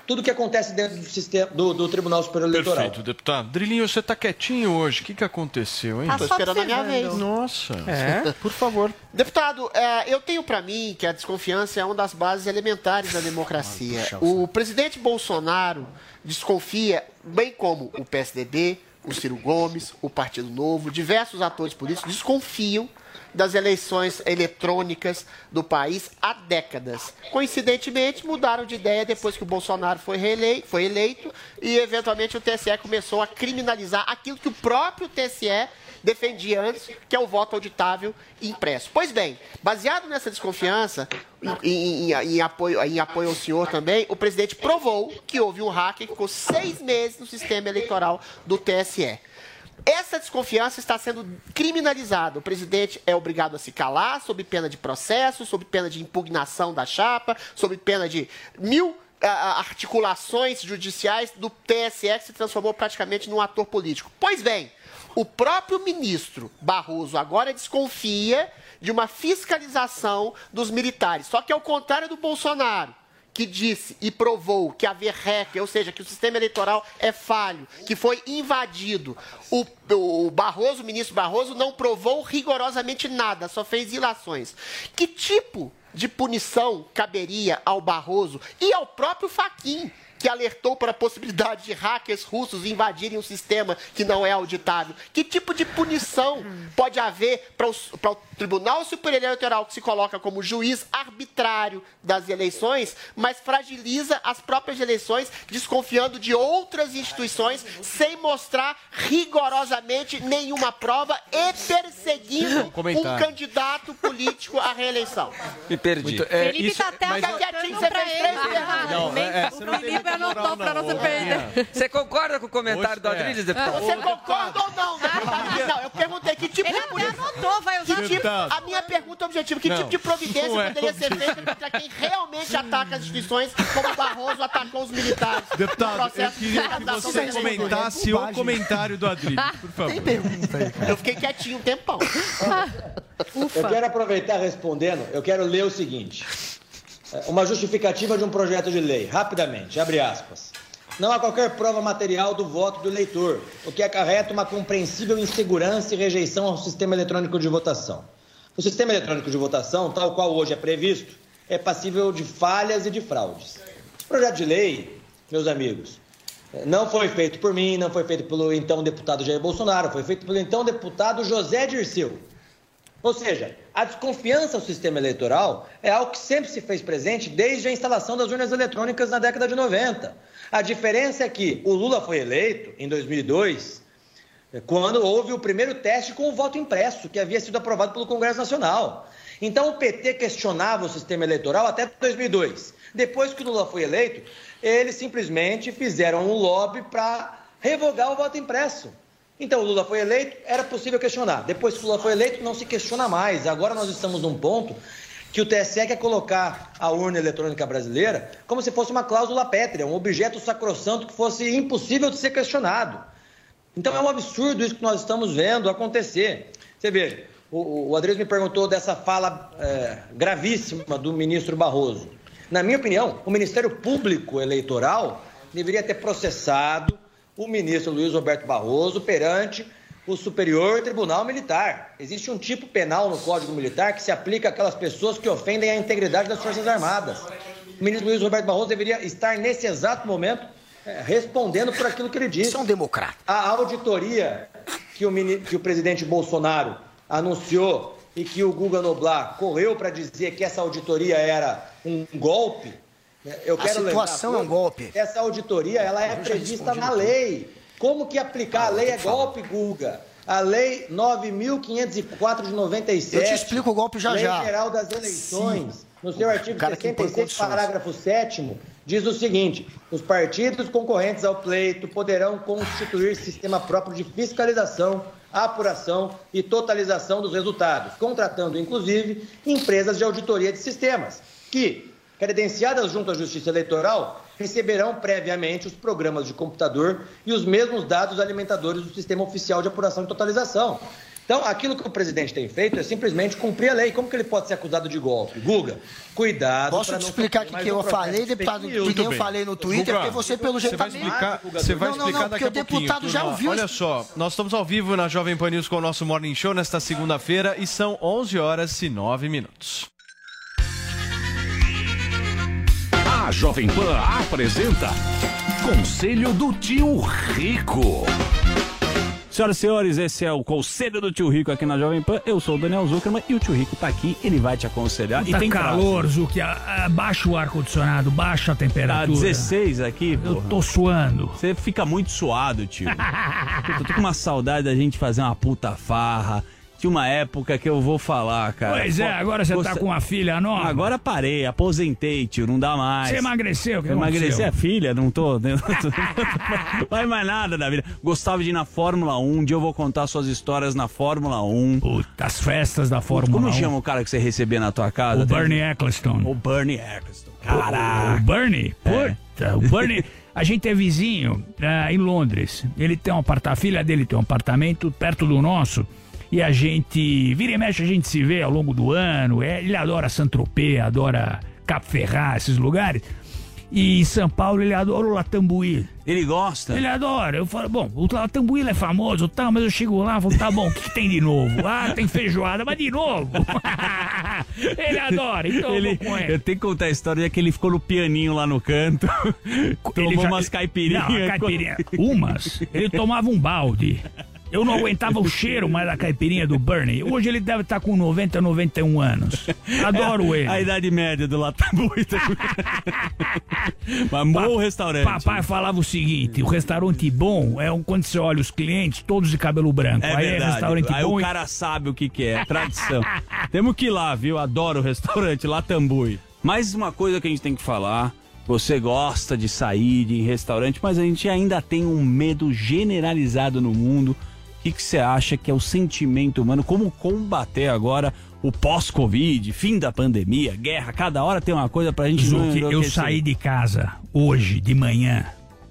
tudo que acontece dentro do, sistema, do, do Tribunal Superior Eleitoral. Perfeito, deputado. Drilinho, você está quietinho hoje. O que, que aconteceu, hein? Estou esperando a minha vez. Nossa. É? Por favor. Deputado, é, eu tenho para mim que a desconfiança é uma das bases elementares da democracia. O presidente Bolsonaro desconfia, bem como o P S D B, o Ciro Gomes, o Partido Novo, diversos atores políticos desconfiam das eleições eletrônicas do país há décadas. Coincidentemente, mudaram de ideia depois que o Bolsonaro foi, reeleito, foi eleito e, eventualmente, o T S E começou a criminalizar aquilo que o próprio T S E defendia antes, que é o voto auditável e impresso. Pois bem, baseado nessa desconfiança, em, em, em, apoio, em apoio ao senhor também, o presidente provou que houve um hacker que ficou seis meses no sistema eleitoral do T S E. Essa desconfiança está sendo criminalizada. O presidente é obrigado a se calar sob pena de processo, sob pena de impugnação da chapa, sob pena de mil a, articulações judiciais do T S E, que se transformou praticamente num ator político. Pois bem, o próprio ministro Barroso agora desconfia de uma fiscalização dos militares. Só que ao contrário do Bolsonaro, que disse e provou que haver hacker, ou seja, que o sistema eleitoral é falho, que foi invadido, o, o Barroso, o ministro Barroso, não provou rigorosamente nada, só fez ilações. Que tipo de punição caberia ao Barroso e ao próprio Fachin, que alertou para a possibilidade de hackers russos invadirem um sistema que não é auditável? Que tipo de punição pode haver para o, para o Tribunal Superior Eleitoral, que se coloca como juiz arbitrário das eleições, mas fragiliza as próprias eleições, desconfiando de outras instituições, sem mostrar rigorosamente nenhuma prova e perseguindo um, um candidato político à reeleição? Me perdi. Muito, é, Felipe está até quietinho, você fez três perguntas. Não, é, é, o Felipe anotou para não se perder. Você concorda com o comentário do Adriles, deputado? Você concorda ou não? Não, eu perguntei que tipo Ele de punição. até anotou, vai usar Que tipo, a minha pergunta é objetiva. Que Não, tipo de providência não é poderia ser feita contra quem realmente ataca as instituições, como o Barroso atacou os militares? Deputado, eu queria que você comentasse o comentário do Adriles, por favor. Tem pergunta aí, cara. Eu fiquei quietinho um tempão. Eu quero aproveitar respondendo, eu quero ler o seguinte. Uma justificativa de um projeto de lei, rapidamente, abre aspas. Não há qualquer prova material do voto do eleitor, o que acarreta uma compreensível insegurança e rejeição ao sistema eletrônico de votação. O sistema eletrônico de votação, tal qual hoje é previsto, é passível de falhas e de fraudes. Esse projeto de lei, meus amigos, não foi feito por mim, não foi feito pelo então deputado Jair Bolsonaro, foi feito pelo então deputado José Dirceu. Ou seja, a desconfiança ao sistema eleitoral é algo que sempre se fez presente desde a instalação das urnas eletrônicas na década de noventa. A diferença é que o Lula foi eleito em dois mil e dois, quando houve o primeiro teste com o voto impresso, que havia sido aprovado pelo Congresso Nacional. Então o P T questionava o sistema eleitoral até dois mil e dois. Depois que o Lula foi eleito, eles simplesmente fizeram um lobby para revogar o voto impresso. Então, o Lula foi eleito, era possível questionar. Depois que o Lula foi eleito, não se questiona mais. Agora nós estamos num ponto que o T S E quer colocar a urna eletrônica brasileira como se fosse uma cláusula pétrea, um objeto sacrossanto que fosse impossível de ser questionado. Então, é um absurdo isso que nós estamos vendo acontecer. Você vê, o, o Adriles me perguntou dessa fala é, gravíssima do ministro Barroso. Na minha opinião, o Ministério Público Eleitoral deveria ter processado o ministro Luiz Roberto Barroso perante o Superior Tribunal Militar. Existe um tipo penal no Código Militar que se aplica àquelas pessoas que ofendem a integridade das Forças Armadas. O ministro Luiz Roberto Barroso deveria estar nesse exato momento é, respondendo por aquilo que ele disse. São democrata. A auditoria que o, que o presidente Bolsonaro anunciou e que o Guga Noblar correu para dizer que essa auditoria era um golpe. Eu quero a situação lembrar, é um golpe. Essa auditoria ela é prevista na lei. Como que aplicar a lei é golpe, Guga? A lei nove mil quinhentos e quatro de noventa e sete. Eu te explico o golpe já lei já. Lei Geral das Eleições, Sim. no seu artigo sessenta e seis, parágrafo sétimo, diz o seguinte: os partidos concorrentes ao pleito poderão constituir sistema próprio de fiscalização, apuração e totalização dos resultados, contratando, inclusive, empresas de auditoria de sistemas, que, credenciadas junto à Justiça Eleitoral, receberão previamente os programas de computador e os mesmos dados alimentadores do Sistema Oficial de Apuração e Totalização. Então, aquilo que o presidente tem feito é simplesmente cumprir a lei. Como que ele pode ser acusado de golpe? Guga, cuidado. Posso te explicar o que eu falei, deputado? Que nem eu falei no Twitter, Guga, porque você, pelo jeito, você vai tá explicar, meio- Você vai Não, não, explicar não, daqui porque a o pouquinho. deputado já turma. ouviu Olha esse- só, nós estamos ao vivo na Jovem Pan News com o nosso Morning Show nesta segunda-feira e são onze horas e nove minutos. A Jovem Pan apresenta Conselho do Tio Rico. Senhoras e senhores, esse é o Conselho do Tio Rico aqui na Jovem Pan. Eu sou o Daniel Zuckerman e o Tio Rico tá aqui, ele vai te aconselhar. Tá e tem calor, frase. Zuc, baixa o ar-condicionado, baixa a temperatura. Tá dezesseis aqui, pô. Eu tô suando. Você fica muito suado, tio. Eu tô com uma saudade da gente fazer uma puta farra. Tinha uma época que eu vou falar, cara. Pois é, agora você tá com uma filha nova. Agora parei, aposentei, tio, não dá mais. Você emagreceu, o que Emagreci aconteceu? a filha, não tô. Não faz mais nada da vida. Gostava de ir na Fórmula um, um dia eu vou contar suas histórias na Fórmula um. Puta, as festas da Fórmula Como um. chama o cara que você recebia na tua casa? O Bernie Eccleston. O Bernie Eccleston. Caraca. O Bernie? Puta, o Bernie... A gente é vizinho ah, em Londres. Ele tem um apartamento, a filha dele tem um apartamento perto do nosso. E a gente, vira e mexe, a gente se vê ao longo do ano. É, ele adora Saint-Tropez, adora Cap Ferrat, esses lugares. E em São Paulo ele adora o Latambuí. Ele gosta? Ele adora. Eu falo, bom, o Latambuí é famoso, tá, mas eu chego lá e falo, tá bom, o que, que tem de novo? Ah, tem feijoada, mas de novo. Ele adora, então ele, eu vou com ele. Eu tenho que contar a história que ele ficou no pianinho lá no canto. Tomou Ele já- umas caipirinhas. Não, a caipirinha. Umas. Ele tomava um balde. Eu não aguentava o cheiro mais da caipirinha do Bernie. Hoje ele deve estar com noventa, noventa e um anos. Adoro ele. A idade média do Latambuí. Mas bom restaurante. Papai falava o seguinte: o restaurante bom é um, quando você olha os clientes, todos de cabelo branco. É Aí verdade. é restaurante Aí bom. o e- cara sabe o que, que é, tradição. Temos que ir lá, viu? Adoro o restaurante Latambuí. Mais uma coisa que a gente tem que falar. Você gosta de sair de restaurante, mas a gente ainda tem um medo generalizado no mundo. O que que você acha que é o sentimento humano? Como combater agora o pós-Covid, fim da pandemia, guerra? Cada hora tem uma coisa pra gente não Zuc, eu enlouquecer. saí de casa hoje de manhã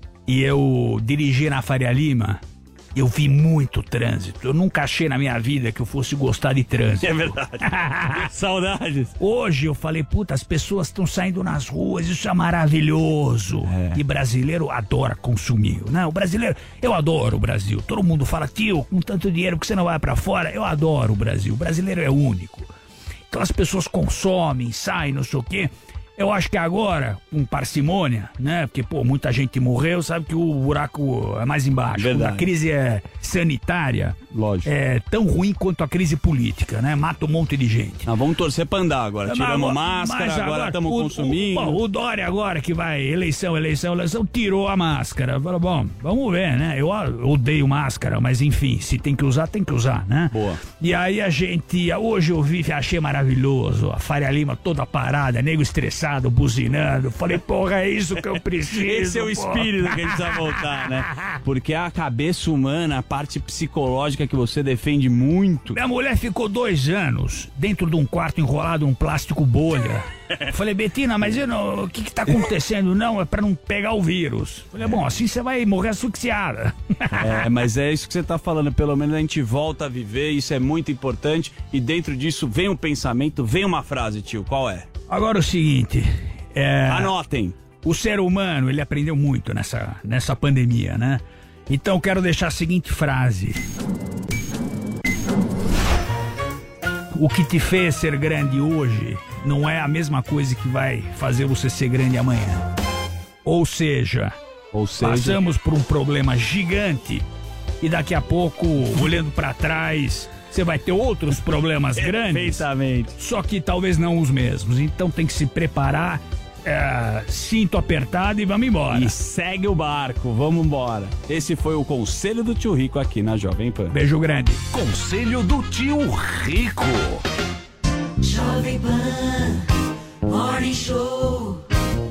e eu dirigi na Faria Lima. Eu vi muito trânsito. Eu nunca achei na minha vida que eu fosse gostar de trânsito. É verdade. Saudades. Hoje eu falei, puta, as pessoas estão saindo nas ruas, isso é maravilhoso. E brasileiro adora consumir, né? O brasileiro, eu adoro o Brasil. Todo mundo fala, tio, com tanto dinheiro que você não vai pra fora, eu adoro o Brasil. O brasileiro é único. Então as pessoas consomem, saem, não sei o quê. Eu acho que agora, com parcimônia, né? Porque, pô, muita gente morreu, sabe que o buraco é mais embaixo. Verdade. A crise é sanitária. Lógico. É tão ruim quanto a crise política, né? Mata um monte de gente. Nós vamos torcer pra andar agora. Mas Tiramos agora- máscara, mas agora estamos o- consumindo. O, bom, o Dória agora que vai, eleição, eleição, eleição, tirou a máscara. Falou, bom, vamos ver, né? Eu odeio máscara, mas enfim, se tem que usar, tem que usar, né? Boa. E aí a gente, hoje eu vi, achei maravilhoso, a Faria Lima toda parada, nego estressado, buzinando. Falei, porra, é isso que eu preciso. Esse é o pô. espírito que a gente precisa voltar, né? Porque a cabeça humana, a parte psicológica que você defende muito. Minha mulher ficou dois anos dentro de um quarto enrolado num plástico bolha. Falei, Betina, mas eu não- o que que tá acontecendo? Não, é pra não pegar o vírus. Falei, bom, assim você vai morrer asfixiada. É, mas é isso que você tá falando. Pelo menos a gente volta a viver, isso é muito importante. E dentro disso vem um pensamento, vem uma frase, tio. Qual é? Agora o seguinte. É, Anotem. O ser humano, ele aprendeu muito nessa, nessa pandemia, né? Então eu quero deixar a seguinte frase. O que te fez ser grande hoje não é a mesma coisa que vai fazer você ser grande amanhã. Ou seja, Ou seja... passamos por um problema gigante e daqui a pouco, olhando pra trás, você vai ter outros problemas grandes. Perfeitamente. Só que talvez não os mesmos. Então tem que se preparar, é, cinto apertado e vamos embora. E segue o barco, vamos embora. Esse foi o Conselho do Tio Rico aqui na Jovem Pan. Beijo grande. Conselho do Tio Rico. Jovem Pan Morning Show.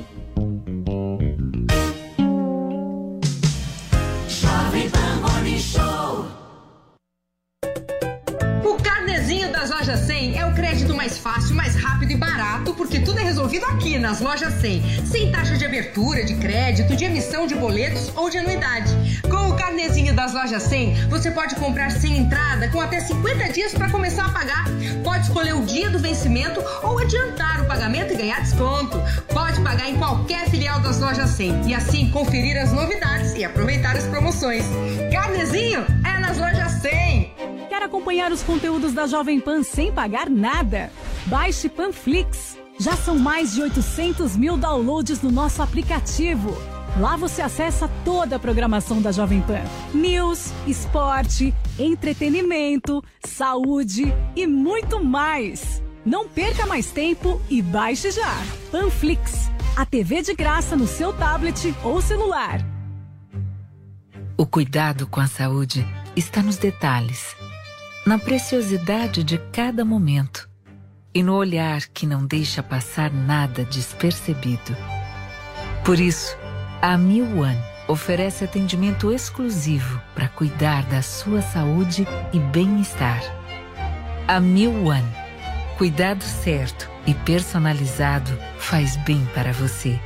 Jovem Pan Morning Show. O carnezinho das lojas cem cem é o crédito mais fácil, mais rápido e barato, porque tudo é resolvido aqui nas Lojas cem. Sem taxa de abertura, de crédito, de emissão de boletos ou de anuidade. Com o carnezinho das Lojas cem, você pode comprar sem entrada com até cinquenta dias para começar a pagar. Pode escolher o dia do vencimento ou adiantar o pagamento e ganhar desconto. Pode pagar em qualquer filial das Lojas cem e assim conferir as novidades e aproveitar as promoções. Carnezinho é nas Lojas cem. Quer acompanhar os conteúdos da Jovem Pan sem pagar nada? Baixe Panflix. Já são mais de oitocentos mil downloads no nosso aplicativo. Lá você acessa toda a programação da Jovem Pan. News, esporte, entretenimento, saúde e muito mais. Não perca mais tempo e baixe já. Panflix, a T V de graça no seu tablet ou celular. O cuidado com a saúde está nos detalhes, na preciosidade de cada momento e no olhar que não deixa passar nada despercebido. Por isso, a Mil One oferece atendimento exclusivo para cuidar da sua saúde e bem-estar. A Mil One, cuidado certo e personalizado faz bem para você.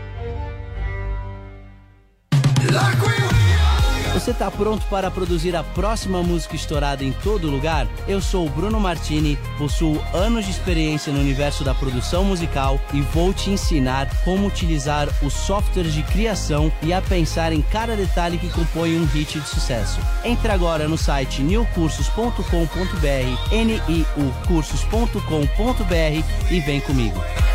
Você está pronto para produzir a próxima música estourada em todo lugar? Eu sou o Bruno Martini, possuo anos de experiência no universo da produção musical e vou te ensinar como utilizar os softwares de criação e a pensar em cada detalhe que compõe um hit de sucesso. Entre agora no site new cursos ponto com ponto b r, N I U cursos ponto com ponto b r e vem comigo.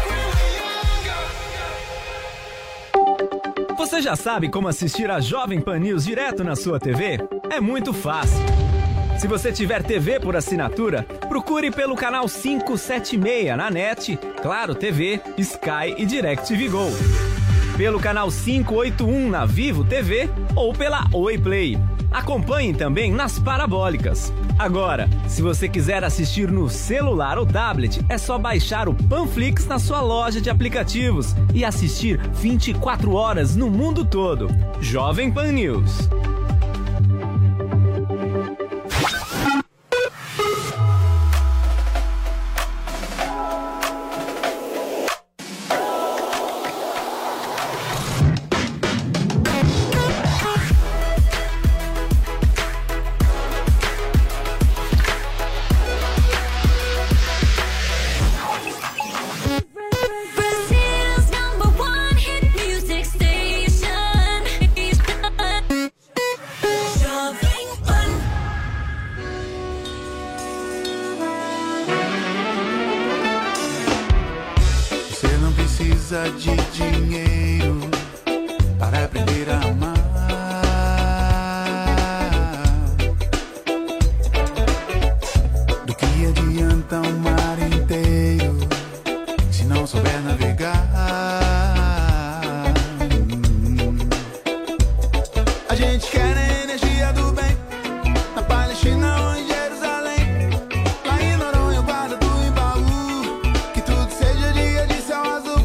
Você já sabe como assistir a Jovem Pan News direto na sua T V? É muito fácil. Se você tiver T V por assinatura, procure pelo canal quinhentos e setenta e seis na NET, Claro T V, Sky e DirecTV Go. Pelo canal quinhentos e oitenta e um na Vivo T V ou pela Oi Play. Acompanhe também nas parabólicas. Agora, se você quiser assistir no celular ou tablet, é só baixar o Panflix na sua loja de aplicativos e assistir vinte e quatro horas no mundo todo. Jovem Pan News. De dinheiro para aprender a amar. Do que adianta um mar inteiro se não souber navegar? A gente quer a energia do bem na Palestina ou em Jerusalém, lá em Noronha, Guarda do Embaú, que tudo seja dia de céu azul.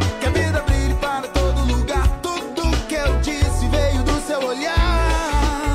Olhar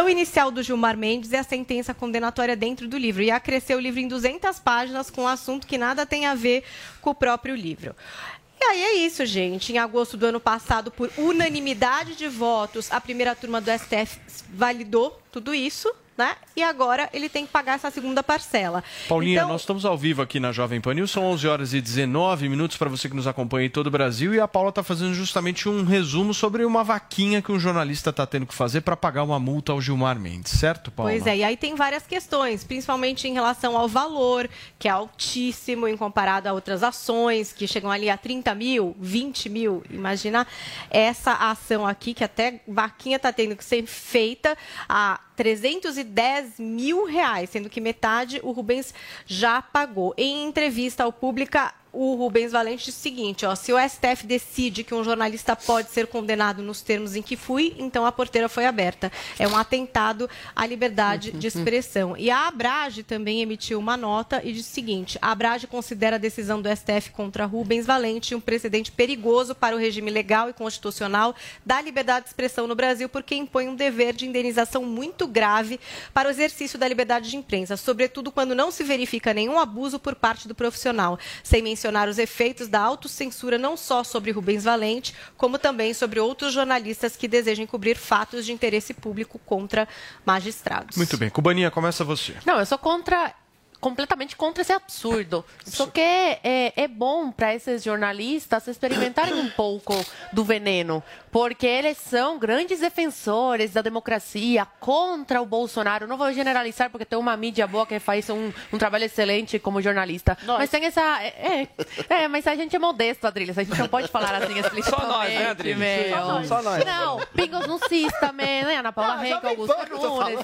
intenção inicial do Gilmar Mendes é a sentença condenatória dentro do livro. E acresceu o livro em duzentas páginas com um assunto que nada tem a ver com o próprio livro. E aí é isso, gente. Em agosto do ano passado, por unanimidade de votos, a primeira turma do S T F validou tudo isso, né? E agora ele tem que pagar essa segunda parcela. Paulinha, então... nós estamos ao vivo aqui na Jovem Pan News, são onze horas e dezenove minutos para você que nos acompanha em todo o Brasil, e a Paula está fazendo justamente um resumo sobre uma vaquinha que um jornalista está tendo que fazer para pagar uma multa ao Gilmar Mendes, certo, Paula? Pois é, e aí tem várias questões, principalmente em relação ao valor, que é altíssimo em comparado a outras ações, que chegam ali a trinta mil, vinte mil. Imagina essa ação aqui, que até vaquinha está tendo que ser feita a trezentos e dez mil reais, sendo que metade o Rubens já pagou. Em entrevista ao Pública, o Rubens Valente disse o seguinte, ó, se o S T F decide que um jornalista pode ser condenado nos termos em que fui, então a porteira foi aberta. É um atentado à liberdade de expressão. E a Abrage também emitiu uma nota e disse o seguinte, a Abrage considera a decisão do S T F contra Rubens Valente um precedente perigoso para o regime legal e constitucional da liberdade de expressão no Brasil, porque impõe um dever de indenização muito grave para o exercício da liberdade de imprensa, sobretudo quando não se verifica nenhum abuso por parte do profissional, sem mencionar os efeitos da autocensura não só sobre Rubens Valente, como também sobre outros jornalistas que desejam cobrir fatos de interesse público contra magistrados. Muito bem. Cubaninha, começa você. Não, eu sou contra... completamente contra esse absurdo. Só que é, é bom para esses jornalistas experimentarem um pouco do veneno, porque eles são grandes defensores da democracia contra o Bolsonaro. Não vou generalizar, porque tem uma mídia boa que faz um, um trabalho excelente como jornalista. Nós. Mas tem essa... É, é, mas a gente é modesto, Adriles. A gente não pode falar assim explicitamente. Só nós, né, Adriles? Só nós. Só nós. Não, Pingos não cis também, né? Ana Paula Henrique, Augusto Nunes.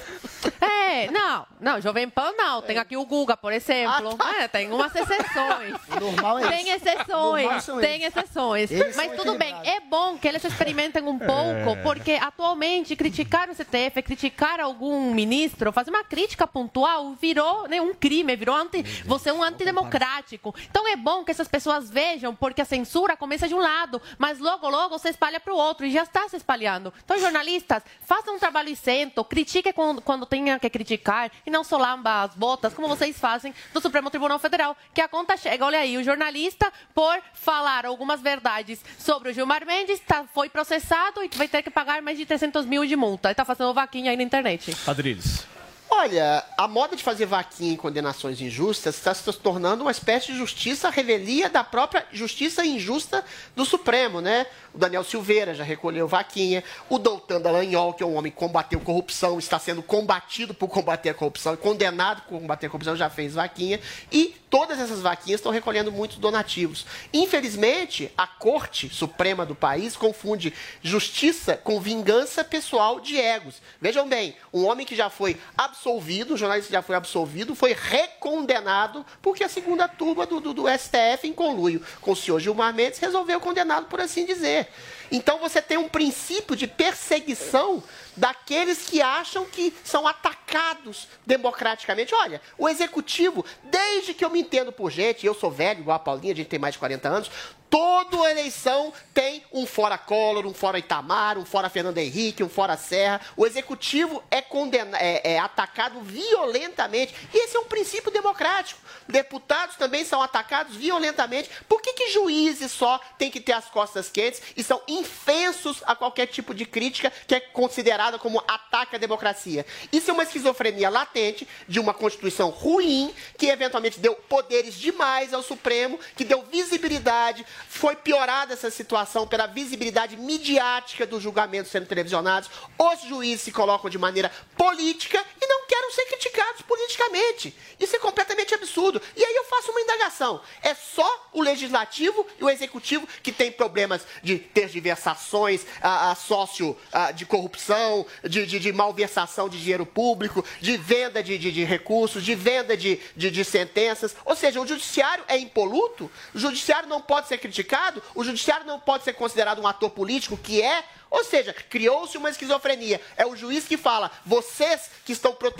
É, não, não, Jovem Pan não. Tem aqui o Guga, por exemplo. Ah, tá. É, tem umas exceções. Normal é tem isso. exceções, tem eles. exceções. Eles Mas são tudo bem, é bom que eles experimentem um pouco, É. porque atualmente criticar o S T F, criticar algum ministro, fazer uma crítica pontual virou, né, um crime, virou anti, você é um antidemocrático. Então é bom que essas pessoas vejam, porque a censura começa de um lado, mas logo, logo se espalha para o outro, e já está se espalhando. Então, jornalistas, façam um trabalho isento, critiquem quando, quando tenha que criticar, e não só lamba as botas, como vocês fazem do Supremo Tribunal Federal, que a conta chega. Olha aí, o jornalista, por falar algumas verdades sobre o Gilmar Mendes, tá, foi processado e vai ter que pagar mais de trezentos mil de multa. Ele está fazendo vaquinha aí na internet. Adriles. Olha, a moda de fazer vaquinha em condenações injustas está se tornando uma espécie de justiça revelia da própria justiça injusta do Supremo, né? O Daniel Silveira já recolheu vaquinha, o Doutor Dallagnol, que é um homem que combateu corrupção, está sendo combatido por combater a corrupção e condenado por combater a corrupção, já fez vaquinha, e todas essas vaquinhas estão recolhendo muitos donativos. Infelizmente, a Corte Suprema do país confunde justiça com vingança pessoal de egos. Vejam bem, um homem que já foi absolvido, um jornalista que já foi absolvido, foi recondenado porque a segunda turma do, do, do S T F, em conluio com o senhor Gilmar Mendes, resolveu condená-lo, por assim dizer. Então você tem um princípio de perseguição daqueles que acham que são atacados democraticamente. Olha, o executivo, desde que eu me entendo por gente, eu sou velho, igual a Paulinha, a gente tem mais de quarenta anos, toda eleição tem um fora Collor, um fora Itamar, um fora Fernando Henrique, um fora Serra. O executivo é, condena, é, é atacado violentamente. E esse é um princípio democrático. Deputados também são atacados violentamente. Por que que juízes só têm que ter as costas quentes e são infensos a qualquer tipo de crítica que é considerada como ataque à democracia? Isso é uma esquizofrenia latente de uma Constituição ruim, que eventualmente deu poderes demais ao Supremo, que deu visibilidade. Foi piorada essa situação pela visibilidade midiática dos julgamentos sendo televisionados. Os juízes se colocam de maneira política e não querem ser criticados politicamente. Isso é completamente absurdo. E aí eu faço uma indagação. É só o legislativo e o executivo que tem problemas de tergiversações, a, a sócio a, de corrupção, de, de, de malversação de dinheiro público, de venda de, de, de recursos, de venda de, de, de sentenças. Ou seja, o judiciário é impoluto, o judiciário não pode ser criticado, o judiciário não pode ser considerado um ator político, que é. Ou seja, criou-se uma esquizofrenia. É o juiz que fala, vocês que estão protegendo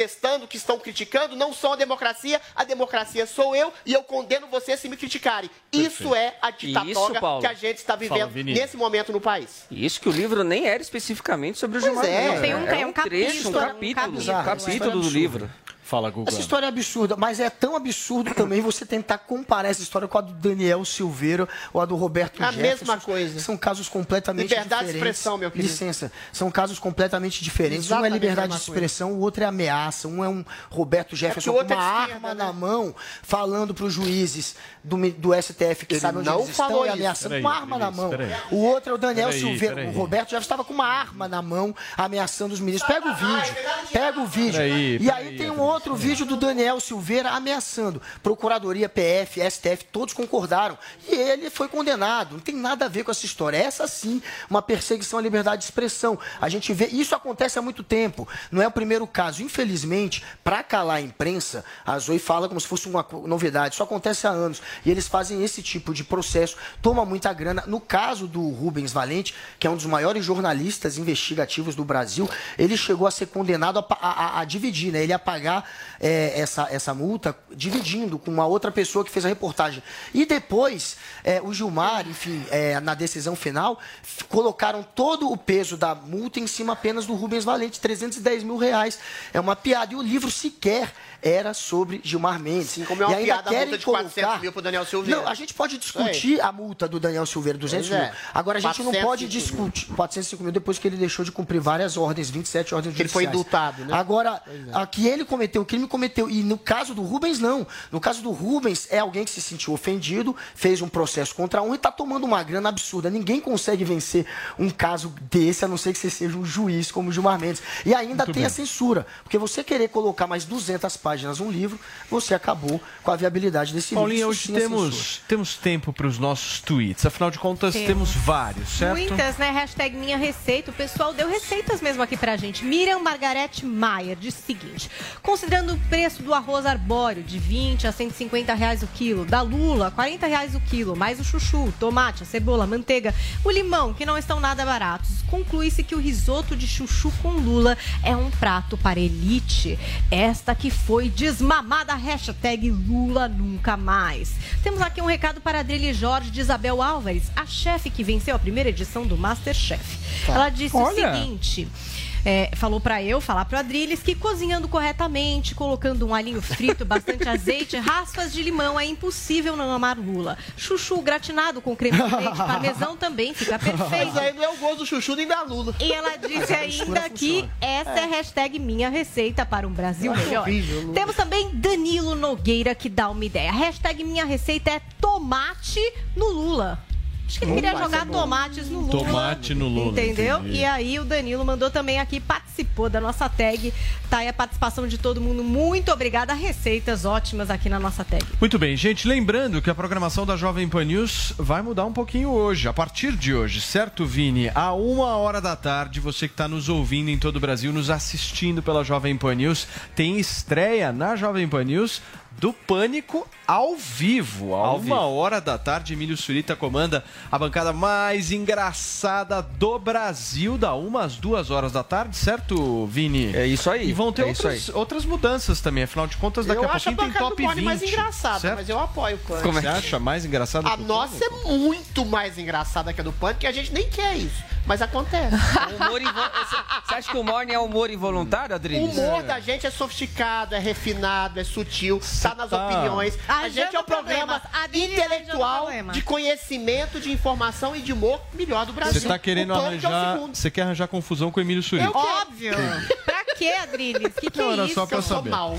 manifestando, que estão criticando, não são a democracia, a democracia sou eu e eu condeno vocês se me criticarem. Perfeito. Isso é a ditatoga Paulo. que a gente está vivendo Fala, nesse momento no país. Isso que o livro nem era especificamente sobre o Pois Gilmar é. Mendes, Tem um- né? é É um um trecho, um capítulo, capítulo, um um capítulo. capítulo do livro. Fala, Guga. Essa história é absurda, mas é tão absurdo também você tentar comparar essa história com a do Daniel Silveira ou a do Roberto A Jefferson. mesma coisa. São casos completamente Liberdade de diferentes. expressão, meu querido. Licença. São casos completamente diferentes. Exatamente um é liberdade a de mesma expressão, o outro é ameaça. Um é um Roberto Jefferson o com outro uma é esquerda, arma né? na mão, falando para os juízes do, mi- do S T F que Ele sabem onde não eles estão falou e isso. ameaçando Peraí, com uma arma na Vinícius, mão. peraí. O outro é o Daniel Peraí, Silveira. peraí. O Roberto Jefferson estava com uma arma na mão, ameaçando os ministros. Pega o vídeo. Pega o vídeo. Peraí, e peraí, aí tem um outro vídeo do Daniel Silveira ameaçando. Procuradoria, P F, S T F, todos concordaram. E ele foi condenado. Não tem nada a ver com essa história. Essa sim, uma perseguição à liberdade de expressão. A gente vê, isso acontece há muito tempo. Não é o primeiro caso. Infelizmente, para calar a imprensa, a Zoe fala como se fosse uma co- novidade. Isso acontece há anos. E eles fazem esse tipo de processo, toma muita grana. No caso do Rubens Valente, que é um dos maiores jornalistas investigativos do Brasil, ele chegou a ser condenado a, pa- a- a- a dividir, né? Ele ia pagar é, essa, essa multa dividindo com uma outra pessoa que fez a reportagem. E depois, é, o Gilmar, enfim, é, na decisão final, f- colocaram todo o peso da multa em cima apenas do Rubens Valente, trezentos e dez mil reais. É uma piada. E o livro sequer era sobre Gilmar Mendes. Sim, como é uma e ainda piada a querem multa de quatrocentos colocar... mil pro Daniel Silveira. Não, a gente pode discutir a multa do Daniel Silveira, duzentos Pois mil. é. Agora, a gente não pode quatrocentos e cinco mil. discutir... quatrocentos e cinco mil depois que ele deixou de cumprir várias ordens, vinte e sete ordens Que ele foi judiciais. indultado, né? Agora, Pois é. aqui ele cometeu o crime, cometeu. E no caso do Rubens, não. No caso do Rubens, é alguém que se sentiu ofendido, fez um processo contra um e está tomando uma grana absurda. Ninguém consegue vencer um caso desse, a não ser que você seja um juiz como o Gilmar Mendes. E ainda Muito tem bem. a censura. Porque você querer colocar mais duzentas páginas num livro, você acabou com a viabilidade desse Paulinha, livro. hoje Isso sim é censura. temos, temos tempo para os nossos tweets. Afinal de contas, Temos. temos vários, certo? Muitas, né? Hashtag minha receita. O pessoal deu receitas mesmo aqui pra gente. Miriam Margarete Maier disse o seguinte: considerando o preço do arroz arbóreo de vinte a cento e cinquenta reais o quilo, da lula, quarenta reais o quilo, mais o chuchu, o tomate, a cebola, a manteiga, o limão, que não estão nada baratos, conclui-se que o risoto de chuchu com lula é um prato para elite. Esta que foi desmamada, hashtag Lula nunca mais. Temos aqui um recado para a Adriele Jorge de Isabel Álvares, a chefe que venceu a primeira edição do Masterchef. Tá. Ela disse Olha. o seguinte... É, falou pra eu, falar pro Adriles, que cozinhando corretamente, colocando um alhinho frito, bastante azeite, raspas de limão, é impossível não amar Lula. Chuchu gratinado com creme de leite, parmesão também fica perfeito. Mas aí não é o gosto do chuchu nem da Lula. E ela disse ainda que essa é a hashtag minha receita para um Brasil Nossa, melhor. horrível, Lula. Temos também Danilo Nogueira que dá uma ideia. A hashtag minha receita é tomate no Lula. Acho que ele queria Tomate jogar é bom. tomates no Lula. Tomate no Lula, Entendeu? entendi. E aí o Danilo mandou também aqui, participou da nossa tag. Tá aí a participação de todo mundo. Muito obrigada. Receitas ótimas aqui na nossa tag. Muito bem, gente. Lembrando que a programação da Jovem Pan News vai mudar um pouquinho hoje, a partir de hoje, certo, Vini? A uma hora da tarde, você que está nos ouvindo em todo o Brasil, nos assistindo pela Jovem Pan News, tem estreia na Jovem Pan News do Pânico ao vivo. A Ao uma vivo. hora da tarde, Emílio Surita comanda a bancada mais engraçada do Brasil, da uma às duas horas da tarde, certo, Vini? É isso aí. E vão ter é isso outras, outras mudanças também, afinal de contas, daqui eu a acho a pouquinho tem bancada top do Boni vinte. mais engraçada, certo? mas eu apoio o Pânico. Como é que você acha mais engraçada A que o nossa é muito mais engraçada que a do Pânico, que a gente nem quer isso. Mas acontece. Humor invo- Você acha que o morning é humor involuntário, O Adriles? humor da gente é sofisticado, é refinado, é sutil, tá nas tá- opiniões. A Arranjando gente é um programa problemas. A Adriles arranjando intelectual, problemas. de conhecimento, de informação e de humor melhor do Brasil. Você tá querendo O Pânico é o arranjar. segundo. Você quer arranjar confusão com o Emílio Surita? Óbvio. Pra quê, Adriles? Que que Não, é era isso? só pra Eu sou saber. mal.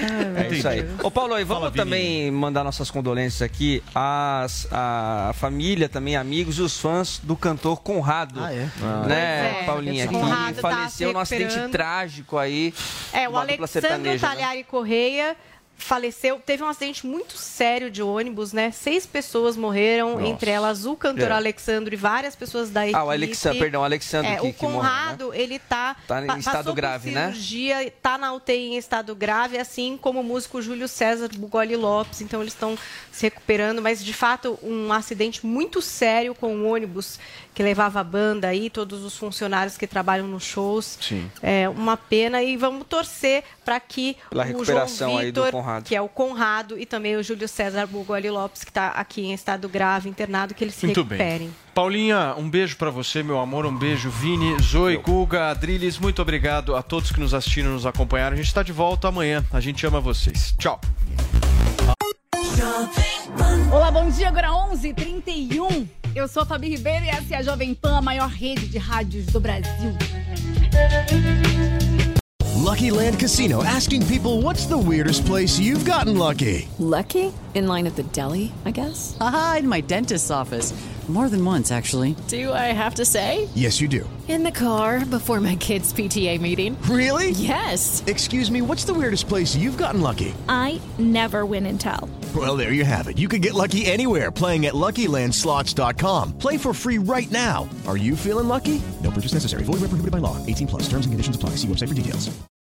É isso aí. Ô, Paulo, e vamos Fala, Vini. também mandar nossas condolências aqui às, à família, também amigos e os fãs do cantor Conrado. Ah, é? Né, Pois é, Paulinha? esse Que Conrado tá faleceu se num acidente recuperando. trágico aí. É, o uma dupla Alexandre sertaneja, né? Talhari Correia faleceu, teve um acidente muito sério de ônibus, né? Seis pessoas morreram, Nossa. entre elas o cantor É. Alexandre e várias pessoas da equipe. Ah, o Alexandre, perdão, o Alexandre É, que, o que morreu, né? Conrado, ele tá, Tá em pa- estado passou por grave, né? cirurgia, tá na U T I em estado grave, assim como o músico Júlio César Bugoli Lopes, então eles estão se recuperando, mas de fato um acidente muito sério com um ônibus que levava a banda aí, todos os funcionários que trabalham nos shows. Sim. É uma pena e vamos torcer para que Pela o recuperação João aí do Vitor, Conrado. que é o Conrado, e também o Júlio César Bugoli Lopes, que está aqui em estado grave, internado, que eles se Muito recuperem. bem. Paulinha, um beijo pra você, meu amor. Um beijo, Vini, Zoe, Guga, Adriles. Muito obrigado a todos que nos assistiram e nos acompanharam. A gente está de volta amanhã. A gente ama vocês. Tchau. Olá, bom dia. Agora onze e trinta e um. Eu sou a Fabi Ribeiro e essa é a Jovem Pan, a maior rede de rádios do Brasil. Lucky Land Casino, asking people, what's the weirdest place you've gotten lucky? Lucky? In line at the deli, I guess? Aha, in my dentist's office. More than once, actually. Do I have to say? Yes, you do. In the car before my kids' P T A meeting. Really? Yes. Excuse me, what's the weirdest place you've gotten lucky? I never win and tell. Well, there you have it. You can get lucky anywhere, playing at Lucky Land Slots dot com. Play for free right now. Are you feeling lucky? No purchase necessary. Void where prohibited by law. eighteen plus. Terms and conditions apply. See website for details.